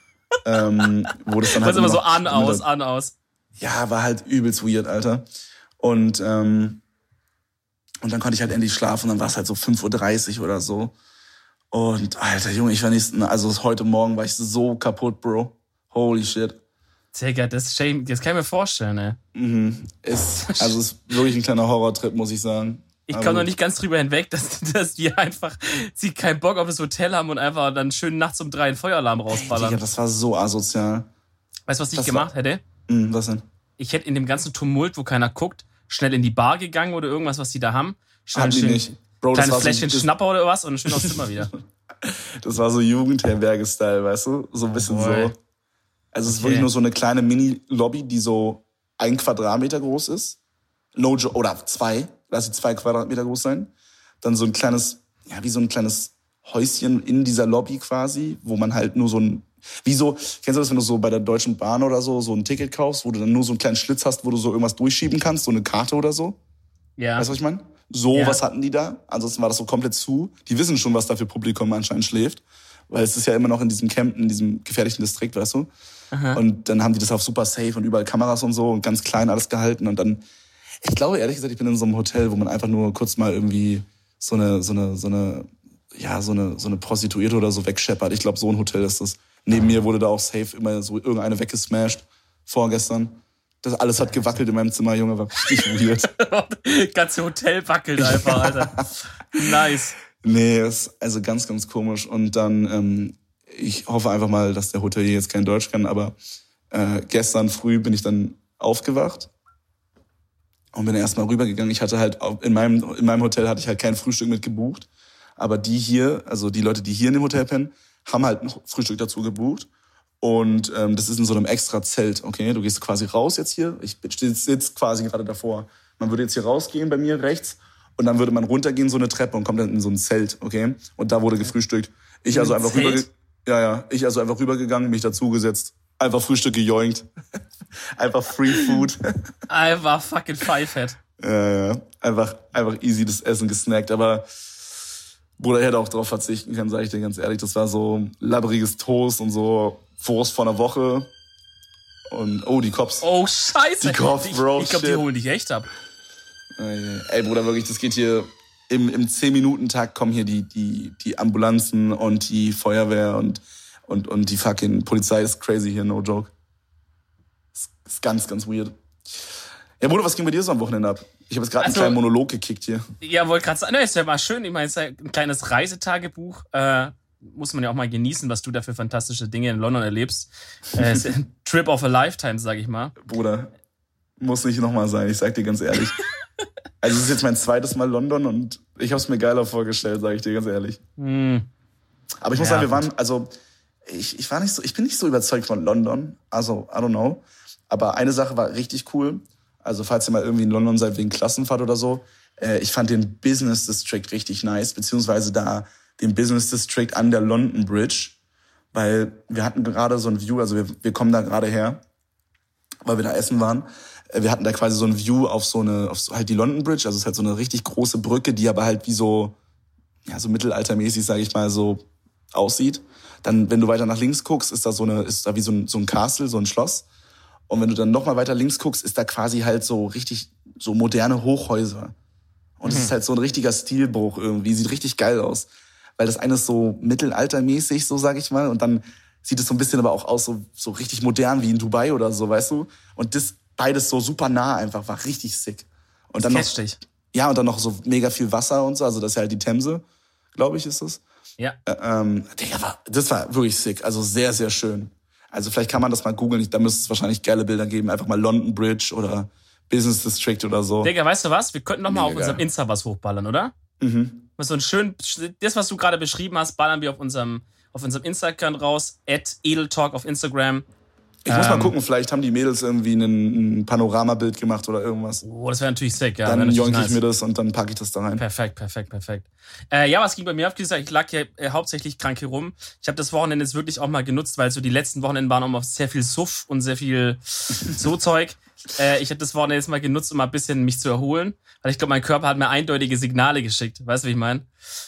Wo das dann halt immer so an, aus. Ja, war halt übelst weird, Alter. Und dann konnte ich halt endlich schlafen, dann war es halt so 5:30 Uhr oder so. Und Alter, Junge, heute Morgen war ich so kaputt, Bro. Holy shit. Digga, das kann ich mir vorstellen, ey. Mhm. Es ist wirklich ein kleiner Horrortrip, muss ich sagen. Ich komme noch nicht ganz drüber hinweg, dass die einfach sie keinen Bock auf das Hotel haben und einfach dann schön nachts um 3 einen Feueralarm rausballern. Digga, das war so asozial. Weißt du, was ich gemacht hätte? Was denn? Ich hätte in dem ganzen Tumult, wo keiner guckt, schnell in die Bar gegangen oder irgendwas, was die da haben. Schnell Haben die nicht. Bro, kleines Fläschchen Schnapper oder was und schön aufs Zimmer wieder. Das war so Jugendherberge-Style, weißt du? So ein bisschen so. Also es ist wirklich nur so eine kleine Mini-Lobby, die so 1 Quadratmeter groß ist. Oder 2. Lass sie 2 Quadratmeter groß sein. Dann so ein kleines, ja, wie so ein kleines Häuschen in dieser Lobby quasi, wo man halt nur so ein, kennst du das, wenn du so bei der Deutschen Bahn oder so ein Ticket kaufst, wo du dann nur so einen kleinen Schlitz hast, wo du so irgendwas durchschieben kannst, so eine Karte oder so? Ja. Weißt du, was ich meine? Was hatten die da. Ansonsten war das so komplett zu. Die wissen schon, was da für Publikum anscheinend schläft. Weil es ist ja immer noch in diesem Camp, in diesem gefährlichen Distrikt, weißt du? Aha. Und dann haben die das auf super safe und überall Kameras und so und ganz klein alles gehalten. Und dann, ich glaube ehrlich gesagt, ich bin in so einem Hotel, wo man einfach nur kurz mal irgendwie so eine Prostituierte oder so wegscheppert. Ich glaube, so ein Hotel ist das. Neben mir wurde da auch safe immer so irgendeine weggesmashed. Vorgestern. Das alles hat gewackelt in meinem Zimmer, Junge, war richtig weird. Das ganze Hotel wackelt einfach, Alter. Nice. Nee, ist also ganz, ganz komisch. Und dann, ich hoffe einfach mal, dass der Hotelier jetzt kein Deutsch kann, aber gestern früh bin ich dann aufgewacht und bin erstmal rübergegangen. Ich hatte halt, in meinem Hotel hatte ich halt kein Frühstück mit gebucht. Aber die hier, also die Leute, die hier in dem Hotel pennen, haben halt ein Frühstück dazu gebucht. Und das ist in so einem extra Zelt, okay? Du gehst quasi raus jetzt hier. Ich sitze quasi gerade davor. Man würde jetzt hier rausgehen bei mir rechts und dann würde man runtergehen so eine Treppe und kommt dann in so ein Zelt, okay? Und da wurde gefrühstückt. Ich also einfach rübergegangen, mich dazugesetzt, einfach Frühstück gejoinkt. Einfach Free Food. Einfach fucking Pfeifett. Ja. Einfach easy das Essen gesnackt, aber Bruder, ich hätte auch drauf verzichten können, sag ich dir ganz ehrlich. Das war so labbriges Toast und so Wurst vor einer Woche. Und, die Cops. Oh, scheiße. Die Cops, Bro, Ich glaube, die holen dich echt ab. Ey, Bruder, wirklich, das geht hier im 10-Minuten-Takt kommen hier die Ambulanzen und die Feuerwehr und die fucking Polizei. Ist crazy hier, no joke. Ist ganz, ganz weird. Ja, Bruder, was ging bei dir so am Wochenende ab? Ich habe jetzt gerade einen kleinen Monolog gekickt hier. Ja, wollte gerade sagen, ist ja mal schön. Ich meine, es ist ja ein kleines Reisetagebuch. Muss man ja auch mal genießen, was du da für fantastische Dinge in London erlebst. Ist ein Trip of a Lifetime, sag ich mal. Bruder, muss nicht nochmal sein, ich sag dir ganz ehrlich. Also es ist jetzt mein 2. Mal London und ich habe es mir geiler vorgestellt, sag ich dir ganz ehrlich. Aber ich muss sagen, ich bin nicht so überzeugt von London. Also, I don't know. Aber eine Sache war richtig cool. Also falls ihr mal irgendwie in London seid wegen Klassenfahrt oder so. Ich fand den Business District richtig nice, beziehungsweise da den Business District an der London Bridge. Weil wir hatten gerade so ein View, also wir kommen da gerade her, weil wir da essen waren. Wir hatten da quasi so ein View auf halt die London Bridge. Also es ist halt so eine richtig große Brücke, die aber halt wie so mittelaltermäßig, sage ich mal, so aussieht. Dann, wenn du weiter nach links guckst, ist da wie so ein Castle, so ein Schloss. Und wenn du dann noch mal weiter links guckst, ist da quasi halt so richtig so moderne Hochhäuser. Und es ist halt so ein richtiger Stilbruch irgendwie. Sieht richtig geil aus. Weil das eine ist so mittelaltermäßig, so sag ich mal. Und dann sieht es so ein bisschen aber auch aus, so richtig modern wie in Dubai oder so, weißt du? Und das beides so super nah einfach, war richtig sick. Und dann und dann noch so mega viel Wasser und so. Also das ist ja halt die Themse, glaube ich, ist das. Ja. Digga, das war wirklich sick. Also sehr, sehr schön. Also vielleicht kann man das mal googeln. Da müsste es wahrscheinlich geile Bilder geben. Einfach mal London Bridge oder Business District oder so. Digga, weißt du was? Wir könnten noch mal auf unserem Insta was hochballern, oder? So das, was du gerade beschrieben hast, ballern wir auf unserem Instagram raus. @edeltalk auf Instagram. Ich muss mal gucken, vielleicht haben die Mädels irgendwie ein Panoramabild gemacht oder irgendwas. Oh, das wäre natürlich sick, ja. Dann joinke ich mir das und dann packe ich das da rein. Perfekt. Was ging bei mir ab? Wie gesagt, ich lag hier hauptsächlich krank hier rum. Ich habe das Wochenende jetzt wirklich auch mal genutzt, weil so die letzten Wochenenden waren auch mal sehr viel Suff und sehr viel so Zeug. Ich habe das Wochenende jetzt mal genutzt, um mal ein bisschen mich zu erholen. Weil ich glaube, mein Körper hat mir eindeutige Signale geschickt. Weißt du, wie ich meine?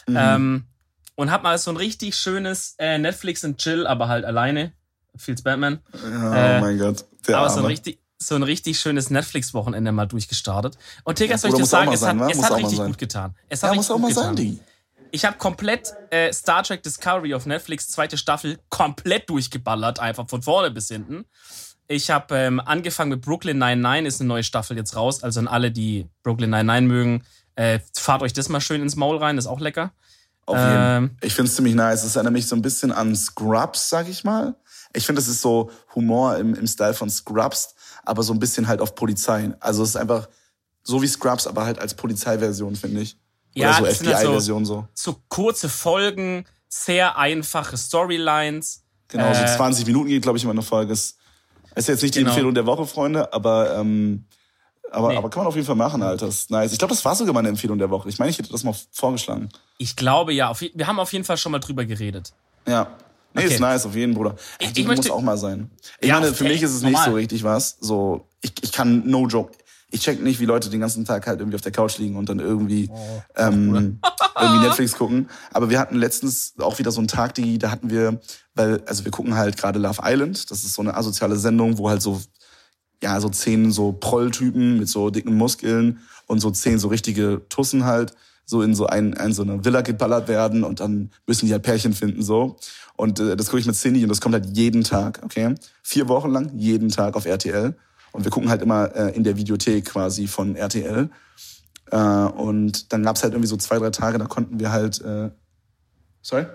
Und hab mal so ein richtig schönes Netflix and Chill, aber halt alleine. Feels Batman. Ja, oh mein Gott. Aber so ein richtig schönes Netflix-Wochenende mal durchgestartet. Und Digga, soll ich dir sagen, es hat richtig gut getan. Muss auch mal sein, Digi. Ich habe komplett Star Trek Discovery auf Netflix, 2. Staffel, komplett durchgeballert, einfach von vorne bis hinten. Ich habe angefangen mit Brooklyn Nine-Nine, ist eine neue Staffel jetzt raus. Also an alle, die Brooklyn Nine-Nine mögen, fahrt euch das mal schön ins Maul rein, ist auch lecker. Auf jeden Fall. Ich finde es ziemlich nice. Es erinnert mich so ein bisschen an Scrubs, sag ich mal. Ich finde, das ist so Humor im Style von Scrubs, aber so ein bisschen halt auf Polizei. Also es ist einfach so wie Scrubs, aber halt als Polizeiversion, finde ich. Oder ja, so FBI-Version so. So kurze Folgen, sehr einfache Storylines. Genau, so 20 Minuten geht, glaube ich, immer eine Folge. Ist jetzt nicht die Empfehlung der Woche, Freunde, aber kann man auf jeden Fall machen, Alter. Das ist nice. Ich glaube, das war sogar meine Empfehlung der Woche. Ich meine, ich hätte das mal vorgeschlagen. Ich glaube, ja. Wir haben auf jeden Fall schon mal drüber geredet. Ja. Nee, okay. Ist nice, auf jeden, Bruder. Ich muss auch mal sein. Ich meine, für mich ist es nicht so richtig was. So, ich kann, no joke, ich check nicht, wie Leute den ganzen Tag halt irgendwie auf der Couch liegen und dann irgendwie Netflix gucken. Aber wir hatten letztens auch wieder so einen Tag, da hatten wir, wir gucken halt gerade Love Island. Das ist so eine asoziale Sendung, wo halt so 10 so Prolltypen mit so dicken Muskeln und so 10 so richtige Tussen halt so in so so eine Villa geballert werden und dann müssen die halt Pärchen finden, so. Und das gucke ich mit Cindy und das kommt halt jeden Tag, okay? 4 Wochen lang, jeden Tag auf RTL. Und wir gucken halt immer in der Videothek quasi von RTL. Und dann gab's halt irgendwie so 2, 3 Tage, da konnten wir halt... okay,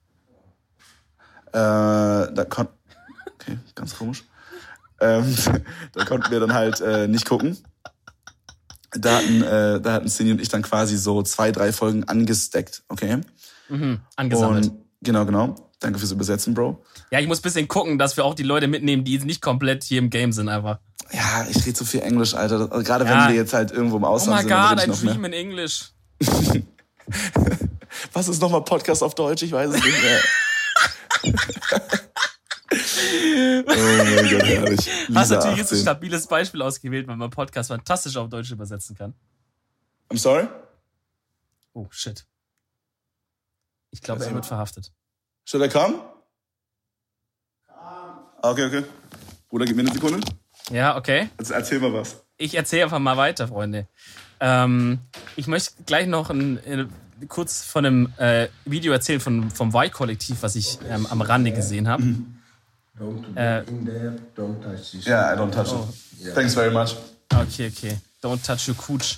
ganz komisch. Da konnten wir dann halt nicht gucken. Da hatten Cindy und ich dann quasi so 2, 3 Folgen angesteckt, okay? Angesammelt. Und, genau. Danke fürs Übersetzen, Bro. Ja, ich muss ein bisschen gucken, dass wir auch die Leute mitnehmen, die nicht komplett hier im Game sind einfach. Ja, ich rede so viel Englisch, Alter. Gerade wenn wir jetzt halt irgendwo im Ausland sind. Oh my God, I dream in English. Was ist nochmal Podcast auf Deutsch? Ich weiß es nicht mehr. Oh mein Gott, herrlich. Lisa, hast natürlich jetzt ein stabiles Beispiel ausgewählt, weil man Podcast fantastisch auf Deutsch übersetzen kann. I'm sorry? Oh, shit. Ich glaube, er wird verhaftet. Should I come? Okay. Bruder, gib mir eine Sekunde. Ja, okay. Jetzt erzähl mal was. Ich erzähle einfach mal weiter, Freunde. Ich möchte gleich noch kurz von einem Video erzählen vom Y-Kollektiv, was ich am Rande gesehen habe. Yeah, I don't touch it. Yeah. Thanks very much. Okay. Don't touch your cooch.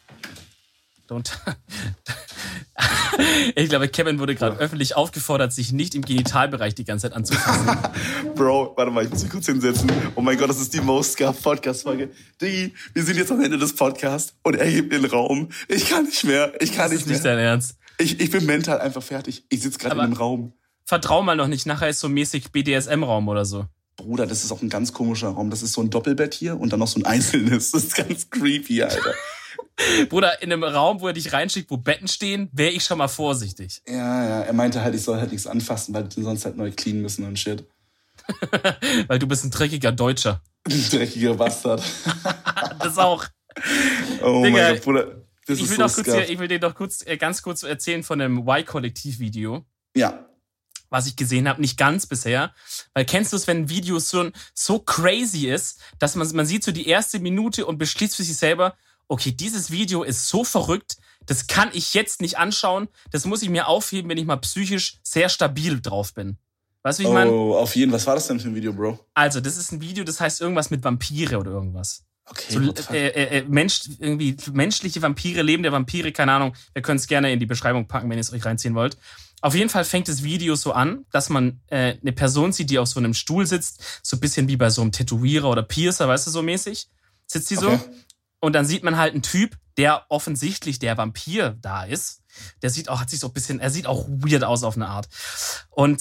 Ich glaube, Kevin wurde gerade öffentlich aufgefordert, sich nicht im Genitalbereich die ganze Zeit anzufassen. Bro, warte mal, ich muss mich kurz hinsetzen. Oh mein Gott, das ist die Most Scarf Podcast-Folge. Diggi, wir sind jetzt am Ende des Podcasts und er hebt den Raum. Ich kann nicht mehr. Das ist nicht dein Ernst. Ich bin mental einfach fertig. Ich sitze gerade in einem Raum. Vertrau mal noch nicht, nachher ist so mäßig BDSM-Raum oder so. Bruder, das ist auch ein ganz komischer Raum. Das ist so ein Doppelbett hier und dann noch so ein einzelnes. Das ist ganz creepy, Alter. Bruder, in einem Raum, wo er dich reinschickt, wo Betten stehen, wäre ich schon mal vorsichtig. Ja, er meinte halt, ich soll halt nichts anfassen, weil die sonst halt neu cleanen müssen und shit. Weil du bist ein dreckiger Deutscher. Ein dreckiger Bastard. Das auch. Oh Digga, mein Gott, Bruder. Ich will dir doch ganz kurz erzählen von einem Y-Kollektiv-Video. Ja. Was ich gesehen habe, nicht ganz bisher. Weil kennst du es, wenn ein Video so crazy ist, dass man sieht so die erste Minute und beschließt für sich selber, okay, dieses Video ist so verrückt, das kann ich jetzt nicht anschauen, das muss ich mir aufheben, wenn ich mal psychisch sehr stabil drauf bin. Weißt du, wie ich meine? Oh, auf jeden Fall. Was war das denn für ein Video, Bro? Also, das ist ein Video, das heißt irgendwas mit Vampire oder irgendwas. Okay. So, irgendwie menschliche Vampire, lebende Vampire, keine Ahnung. Wir können es gerne in die Beschreibung packen, wenn ihr es euch reinziehen wollt. Auf jeden Fall fängt das Video so an, dass man eine Person sieht, die auf so einem Stuhl sitzt, so ein bisschen wie bei so einem Tätowierer oder Piercer, weißt du, so mäßig. Sitzt die so. Okay. Und dann sieht man halt einen Typ, der offensichtlich der Vampir da ist. Der sieht auch weird aus auf eine Art. Und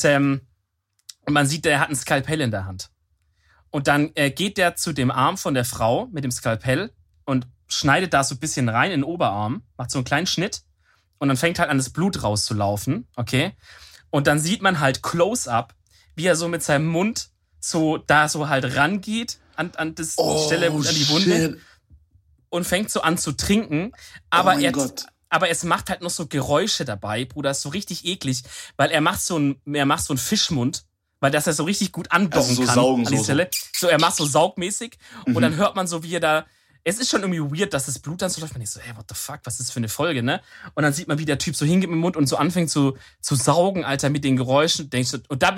man sieht, der hat ein Skalpell in der Hand. Und dann geht der zu dem Arm von der Frau mit dem Skalpell und schneidet da so ein bisschen rein in den Oberarm, macht so einen kleinen Schnitt und dann fängt halt an, das Blut rauszulaufen, okay? Und dann sieht man halt Close-Up, wie er so mit seinem Mund so halt rangeht an die Stelle, an die Wunde. Shit. Und fängt so an zu trinken, aber es macht halt noch so Geräusche dabei, Bruder, ist so richtig eklig, weil er macht so einen Fischmund, weil das er so richtig gut andocken so kann saugen, an die Stelle. So, er macht so saugmäßig und dann hört man so, wie er da, es ist schon irgendwie weird, dass das Blut dann so läuft, man denkt so, hey, what the fuck, was ist das für eine Folge, ne? Und dann sieht man, wie der Typ so hingeht mit dem Mund und so anfängt zu saugen, Alter, mit den Geräuschen, denkst du, und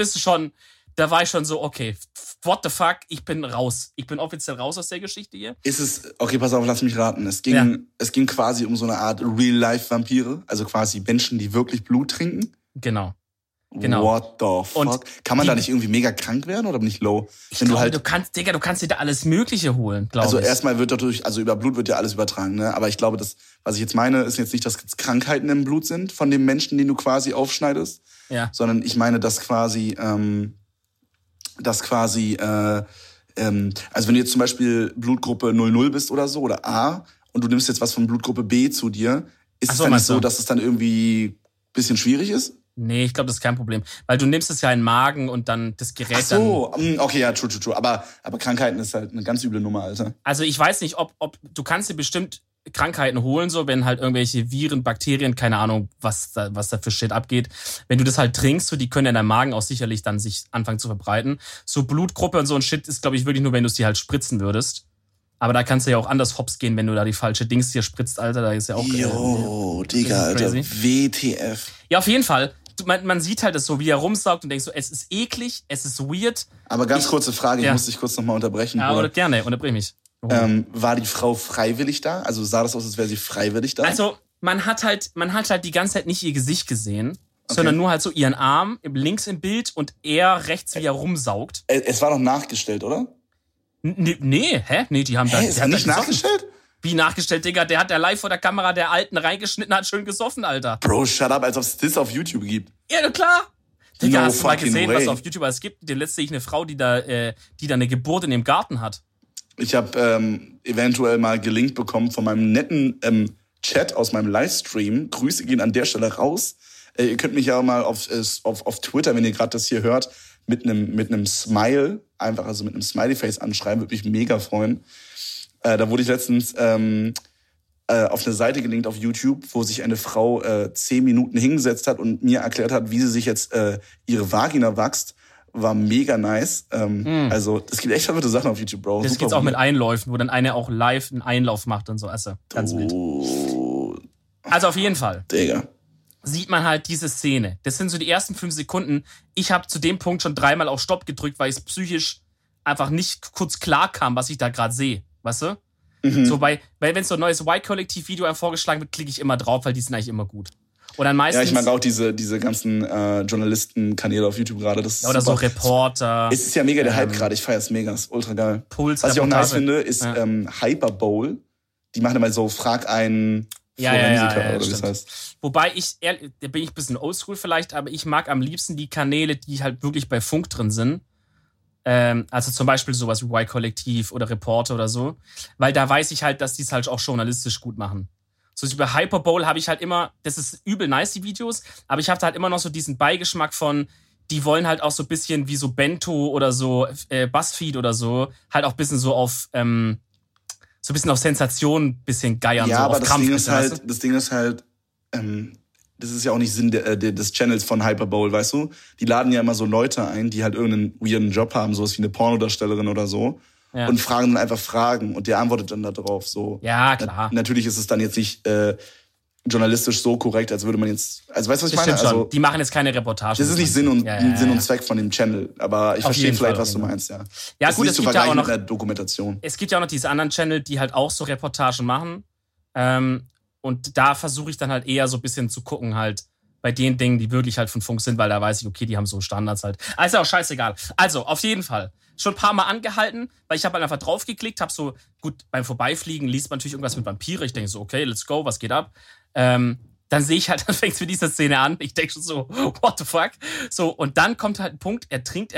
da war ich schon so, okay, what the fuck, ich bin raus. Ich bin offiziell raus aus der Geschichte hier. Okay, pass auf, lass mich raten. Es ging quasi um so eine Art Real-Life-Vampire, also quasi Menschen, die wirklich Blut trinken. Genau. Genau. What the fuck? Und kann man da nicht irgendwie mega krank werden oder nicht low? Ich glaube, du kannst dir da alles Mögliche holen, glaube ich. Also erstmal wird dadurch, also über Blut wird ja alles übertragen, ne? Aber ich glaube, was ich jetzt meine, ist jetzt nicht, dass jetzt Krankheiten im Blut sind von dem Menschen, den du quasi aufschneidest. Ja. Sondern ich meine, dass quasi, also wenn du jetzt zum Beispiel Blutgruppe 00 bist oder so, oder A, und du nimmst jetzt was von Blutgruppe B zu dir, ist es dann nicht so, dass es dann irgendwie ein bisschen schwierig ist? Nee, ich glaube, das ist kein Problem. Weil du nimmst es ja in den Magen und dann das Gerät Ach so, okay, ja, true. Aber Krankheiten ist halt eine ganz üble Nummer, Alter. Also ich weiß nicht, ob du kannst dir bestimmt Krankheiten holen, so wenn halt irgendwelche Viren, Bakterien, keine Ahnung, was da für Shit abgeht. Wenn du das halt trinkst, so, die können in deinem Magen auch sicherlich dann sich anfangen zu verbreiten. So Blutgruppe und so ein Shit ist, glaube ich, wirklich nur, wenn du es dir halt spritzen würdest. Aber da kannst du ja auch anders hops gehen, wenn du da die falsche Dings dir spritzt, Alter. Da ist ja auch... Digga, Alter, WTF. Ja, auf jeden Fall. Man sieht halt das so, wie er rumsaugt und denkt so, es ist eklig, es ist weird. Aber ganz kurze Frage, ich muss dich kurz nochmal unterbrechen. Ja, oder gerne, unterbrich mich. War die Frau freiwillig da? Also sah das aus, als wäre sie freiwillig da? Also, man hat halt die ganze Zeit nicht ihr Gesicht gesehen, sondern nur halt so ihren Arm links im Bild und er rechts, wie er rumsaugt. Es war noch nachgestellt, oder? Nee, hä? Nee, die haben da... Ist er nicht nachgestellt? Wie nachgestellt, Digga? Der hat live vor der Kamera der Alten reingeschnitten, hat schön gesoffen, Alter. Bro, shut up, als ob es das auf YouTube gibt. Ja, klar. Digga, hast du mal gesehen, way. was auf YouTube es gibt? Letztlich eine Frau, die da eine Geburt in dem Garten hat. Ich habe eventuell mal gelinkt bekommen von meinem netten Chat aus meinem Livestream. Grüße gehen an der Stelle raus. Ihr könnt mich ja mal auf Twitter, wenn ihr gerade das hier hört, mit einem Smile, einfach also mit einem Smiley-Face anschreiben, würde mich mega freuen. Da wurde ich letztens auf eine Seite gelinkt auf YouTube, wo sich eine Frau 10 Minuten hingesetzt hat und mir erklärt hat, wie sie sich jetzt ihre Vagina wächst. War mega nice. Also, es gibt echt verwirrte Sachen auf YouTube, Bro. Das gibt's auch mit Einläufen, wo dann eine auch live einen Einlauf macht und so. Also, ganz wild. Also, auf jeden Fall. Digga. Sieht man halt diese Szene. Das sind so die ersten 5 Sekunden. Ich habe zu dem Punkt schon 3-mal auf Stopp gedrückt, weil ich psychisch einfach nicht kurz klar kam, was ich da gerade sehe. Weißt du? So weil wenn so ein neues Y-Kollektiv-Video vorgeschlagen wird, klicke ich immer drauf, weil die sind eigentlich immer gut. Und dann meistens, ja, ich mag auch diese ganzen Journalisten-Kanäle auf YouTube gerade. Oder so Reporter. Es ist ja mega der Hype gerade. Ich feiere es mega. Das ist ultra geil. Puls. Was ich auch nice finde, ist Hyperbowl. Die machen immer so, frag einen Musiker oder wie das heißt. Wobei da bin ich ein bisschen oldschool vielleicht, aber ich mag am liebsten die Kanäle, die halt wirklich bei Funk drin sind. Also zum Beispiel sowas wie Y-Kollektiv oder Reporter oder so. Weil da weiß ich halt, dass die es halt auch journalistisch gut machen. So bei Hyperbowl habe ich halt immer, das ist übel nice, die Videos, aber ich habe da halt immer noch so diesen Beigeschmack von, die wollen halt auch so ein bisschen wie so Bento oder so Buzzfeed oder so, halt auch ein bisschen so auf, so ein bisschen auf Sensation, ein bisschen geiern, ja, so aber auf Kampf. Das Ding ist halt, das ist ja auch nicht Sinn des Channels von Hyperbowl, weißt du? Die laden ja immer so Leute ein, die halt irgendeinen weirden Job haben, sowas wie eine Pornodarstellerin oder so. Ja. Und fragen dann einfach Fragen und der antwortet dann da drauf. So. Ja, klar. Natürlich ist es dann jetzt nicht journalistisch so korrekt, als würde man jetzt... Also weißt du, was ich meine? Stimmt also, schon. Die machen jetzt keine Reportagen. Das ist nicht Sinn und Zweck von dem Channel. Aber ich verstehe vielleicht, was du meinst, ja. Ja, das gut, ist nicht zu vergleichen mit einer Dokumentation. Es gibt ja auch noch diese anderen Channel, die halt auch so Reportagen machen. Und da versuche ich dann halt eher so ein bisschen zu gucken halt bei den Dingen, die wirklich halt von Funk sind, weil da weiß ich, okay, die haben so Standards halt. Also auch scheißegal. Also, auf jeden Fall. Schon ein paar Mal angehalten, weil ich habe halt einfach draufgeklickt, habe so, gut, beim Vorbeifliegen liest man natürlich irgendwas mit Vampire. Ich denke so, okay, let's go, was geht ab? Dann sehe ich halt, dann fängt es mit dieser Szene an. Ich denke schon so, what the fuck? So, und dann kommt halt ein Punkt, er trinkt.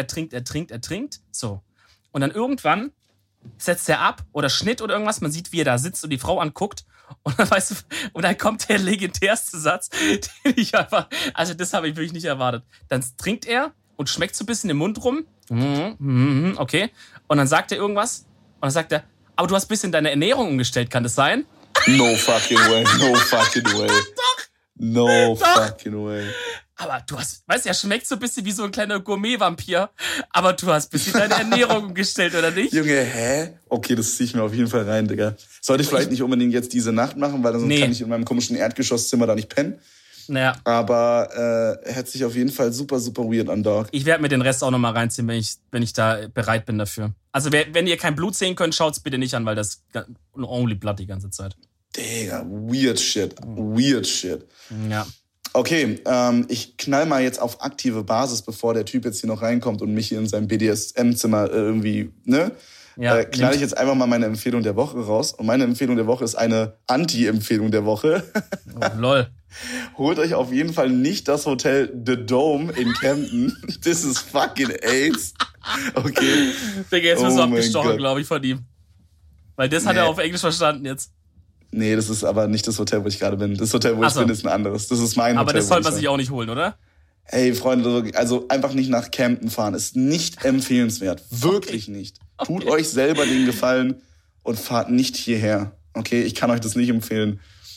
So. Und dann irgendwann setzt er ab oder Schnitt oder irgendwas. Man sieht, wie er da sitzt und die Frau anguckt. Und dann, weißt du, und dann kommt der legendärste Satz, den ich einfach, also das habe ich wirklich nicht erwartet. Dann trinkt er und schmeckt so ein bisschen im Mund rum. Okay. Und dann sagt er irgendwas. Und dann sagt er, aber du hast ein bisschen deine Ernährung umgestellt, kann das sein? No fucking way, no fucking way. Doch. No fucking way. Aber du hast, weißt du, er schmeckt so ein bisschen wie so ein kleiner Gourmet-Vampir. Aber du hast ein bisschen deine Ernährung umgestellt, oder nicht? Junge, hä? Okay, das zieh ich mir auf jeden Fall rein, Digga. Sollte ich vielleicht nicht unbedingt jetzt diese Nacht machen, weil sonst kann ich in meinem komischen Erdgeschosszimmer da nicht pennen. Naja. Aber hört sich auf jeden Fall super, super weird an, Dog. Ich werde mir den Rest auch nochmal reinziehen, wenn ich da bereit bin dafür. Also wenn ihr kein Blut sehen könnt, schaut's bitte nicht an, weil das only blood die ganze Zeit. Digga, weird shit. Weird shit. Ja. Okay, ich knall mal jetzt auf aktive Basis, bevor der Typ jetzt hier noch reinkommt und mich hier in seinem BDSM-Zimmer irgendwie, ne? Ja, knall ich jetzt einfach mal meine Empfehlung der Woche raus. Und meine Empfehlung der Woche ist eine Anti-Empfehlung der Woche. Oh, lol. Holt euch auf jeden Fall nicht das Hotel The Dome in Camden. This is fucking AIDS. Okay. Digga, jetzt wirst du abgestochen, glaube ich, von ihm. Weil das hat er auf Englisch verstanden jetzt. Nee, das ist aber nicht das Hotel, wo ich gerade bin. Das Hotel, wo ich bin, ist ein anderes. Das ist mein Hotel. Aber das sollte man sich auch nicht holen, oder? Ey, Freunde, also einfach nicht nach Camden fahren. Ist nicht empfehlenswert. Wirklich nicht. Tut euch selber den Gefallen und fahrt nicht hierher. Okay, ich kann euch das nicht empfehlen.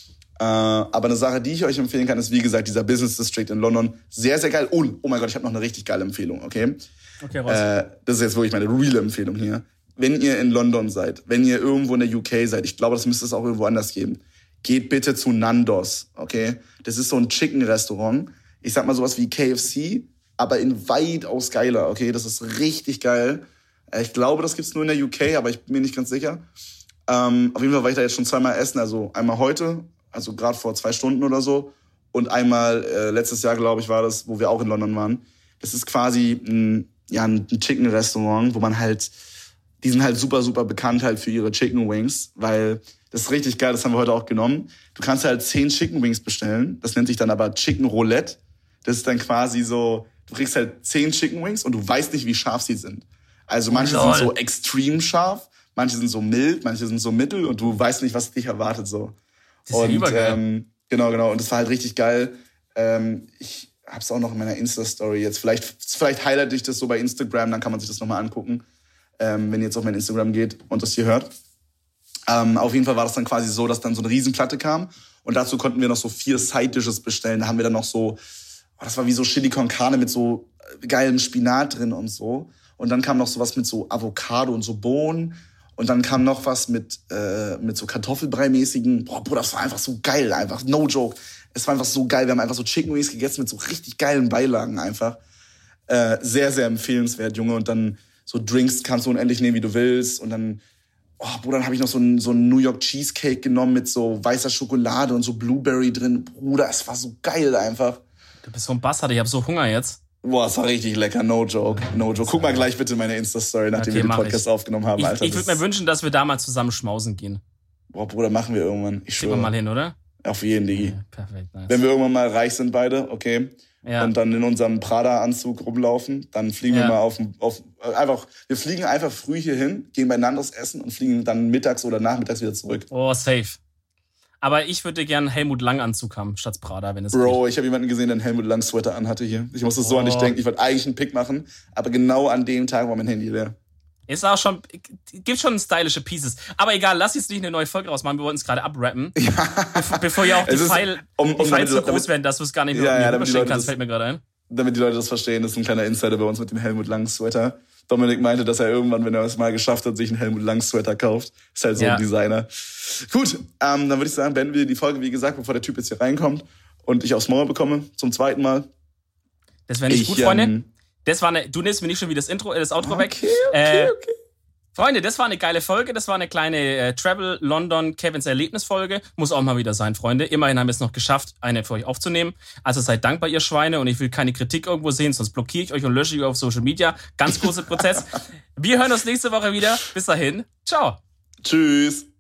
Aber eine Sache, die ich euch empfehlen kann, ist, wie gesagt, dieser Business District in London. Sehr, sehr geil. Und, oh mein Gott, ich habe noch eine richtig geile Empfehlung, okay? Okay, was? Das ist jetzt wirklich meine real Empfehlung hier. Wenn ihr in London seid, wenn ihr irgendwo in der UK seid, ich glaube, das müsste es auch irgendwo anders geben, geht bitte zu Nando's, okay? Das ist so ein Chicken-Restaurant. Ich sag mal sowas wie KFC, aber in weitaus geiler, okay? Das ist richtig geil. Ich glaube, das gibt's nur in der UK, aber ich bin mir nicht ganz sicher. Auf jeden Fall war ich da jetzt schon zweimal essen, also einmal heute, also gerade vor 2 Stunden oder so, und einmal letztes Jahr, glaube ich, war das, wo wir auch in London waren. Das ist quasi ein Chicken-Restaurant, wo man halt, die sind halt super, super bekannt halt für ihre Chicken Wings, weil das ist richtig geil, das haben wir heute auch genommen. Du kannst halt 10 Chicken Wings bestellen, das nennt sich dann aber Chicken Roulette. Das ist dann quasi so, du kriegst halt 10 Chicken Wings und du weißt nicht, wie scharf sie sind. Also manche sind so extrem scharf, manche sind so mild, manche sind so mittel und du weißt nicht, was dich erwartet so. Das ist ja übergeil. Genau. Und das war halt richtig geil. Ich hab's auch noch in meiner Insta-Story jetzt. Vielleicht highlighte ich das so bei Instagram, dann kann man sich das nochmal angucken, wenn ihr jetzt auf mein Instagram geht und das hier hört. Auf jeden Fall war das dann quasi so, dass dann so eine Riesenplatte kam und dazu konnten wir noch so 4 Side-Dishes bestellen. Da haben wir dann noch so, das war wie so Chili con Carne mit so geilem Spinat drin und so. Und dann kam noch sowas mit so Avocado und so Bohnen. Und dann kam noch was mit so Kartoffelbrei-mäßigen. Boah, Bruder, das war einfach so geil, einfach, no joke. Es war einfach so geil. Wir haben einfach so Chicken Wings gegessen mit so richtig geilen Beilagen einfach. Sehr, sehr empfehlenswert, Junge. Und dann so Drinks kannst du unendlich nehmen, wie du willst. Und dann, Bruder, dann habe ich noch so einen New York Cheesecake genommen mit so weißer Schokolade und so Blueberry drin. Bruder, es war so geil einfach. Du bist so ein Bastard, ich hab so Hunger jetzt. Boah, es war richtig lecker, no joke. Guck mal gleich bitte meine Insta-Story, nachdem wir den Podcast aufgenommen haben, Alter. Ich würde mir wünschen, dass wir da mal zusammen schmausen gehen. Boah, Bruder, machen wir irgendwann. Ich schwöre. Gehen wir mal hin, oder? Auf jeden, Digi. Ja, perfekt, nice. Wenn wir irgendwann mal reich sind beide, okay, und dann in unserem Prada-Anzug rumlaufen, dann fliegen wir mal wir fliegen einfach früh hier hin, gehen bei Nando's essen und fliegen dann mittags oder nachmittags wieder zurück. Oh, safe. Aber ich würde gerne Helmut Lang-Anzug haben, statt Prada, wenn es Bro, ich habe jemanden gesehen, der einen Helmut Lang-Sweater anhatte hier. Ich musste so an dich denken. Ich wollte eigentlich einen Pick machen, aber genau an dem Tag war mein Handy leer. Ist auch schon, gibt schon stylische Pieces. Aber egal, lass jetzt nicht eine neue Folge rausmachen. Wir wollten es gerade abrappen. Ja. Bevor ja auch die Pfeile so groß werden, dass du es gar nicht mehr verstehen kannst, fällt mir gerade ein. Damit die Leute das verstehen, das ist ein kleiner Insider bei uns mit dem Helmut Lang-Sweater. Dominik meinte, dass er irgendwann, wenn er es mal geschafft hat, sich einen Helmut Lang-Sweater kauft. Ist halt so ein Designer. Gut, dann würde ich sagen, beenden wir die Folge, wie gesagt, bevor der Typ jetzt hier reinkommt und ich aufs Maul bekomme, zum 2. Mal. Das wäre nicht gut, Freunde. Du nimmst mir nicht schon wieder das Outro weg. Okay. Freunde, das war eine geile Folge. Das war eine kleine Travel London Kevins Erlebnisfolge. Muss auch mal wieder sein, Freunde. Immerhin haben wir es noch geschafft, eine für euch aufzunehmen. Also seid dankbar, ihr Schweine. Und ich will keine Kritik irgendwo sehen, sonst blockiere ich euch und lösche ich auf Social Media. Ganz kurzer Prozess. Wir hören uns nächste Woche wieder. Bis dahin. Ciao. Tschüss.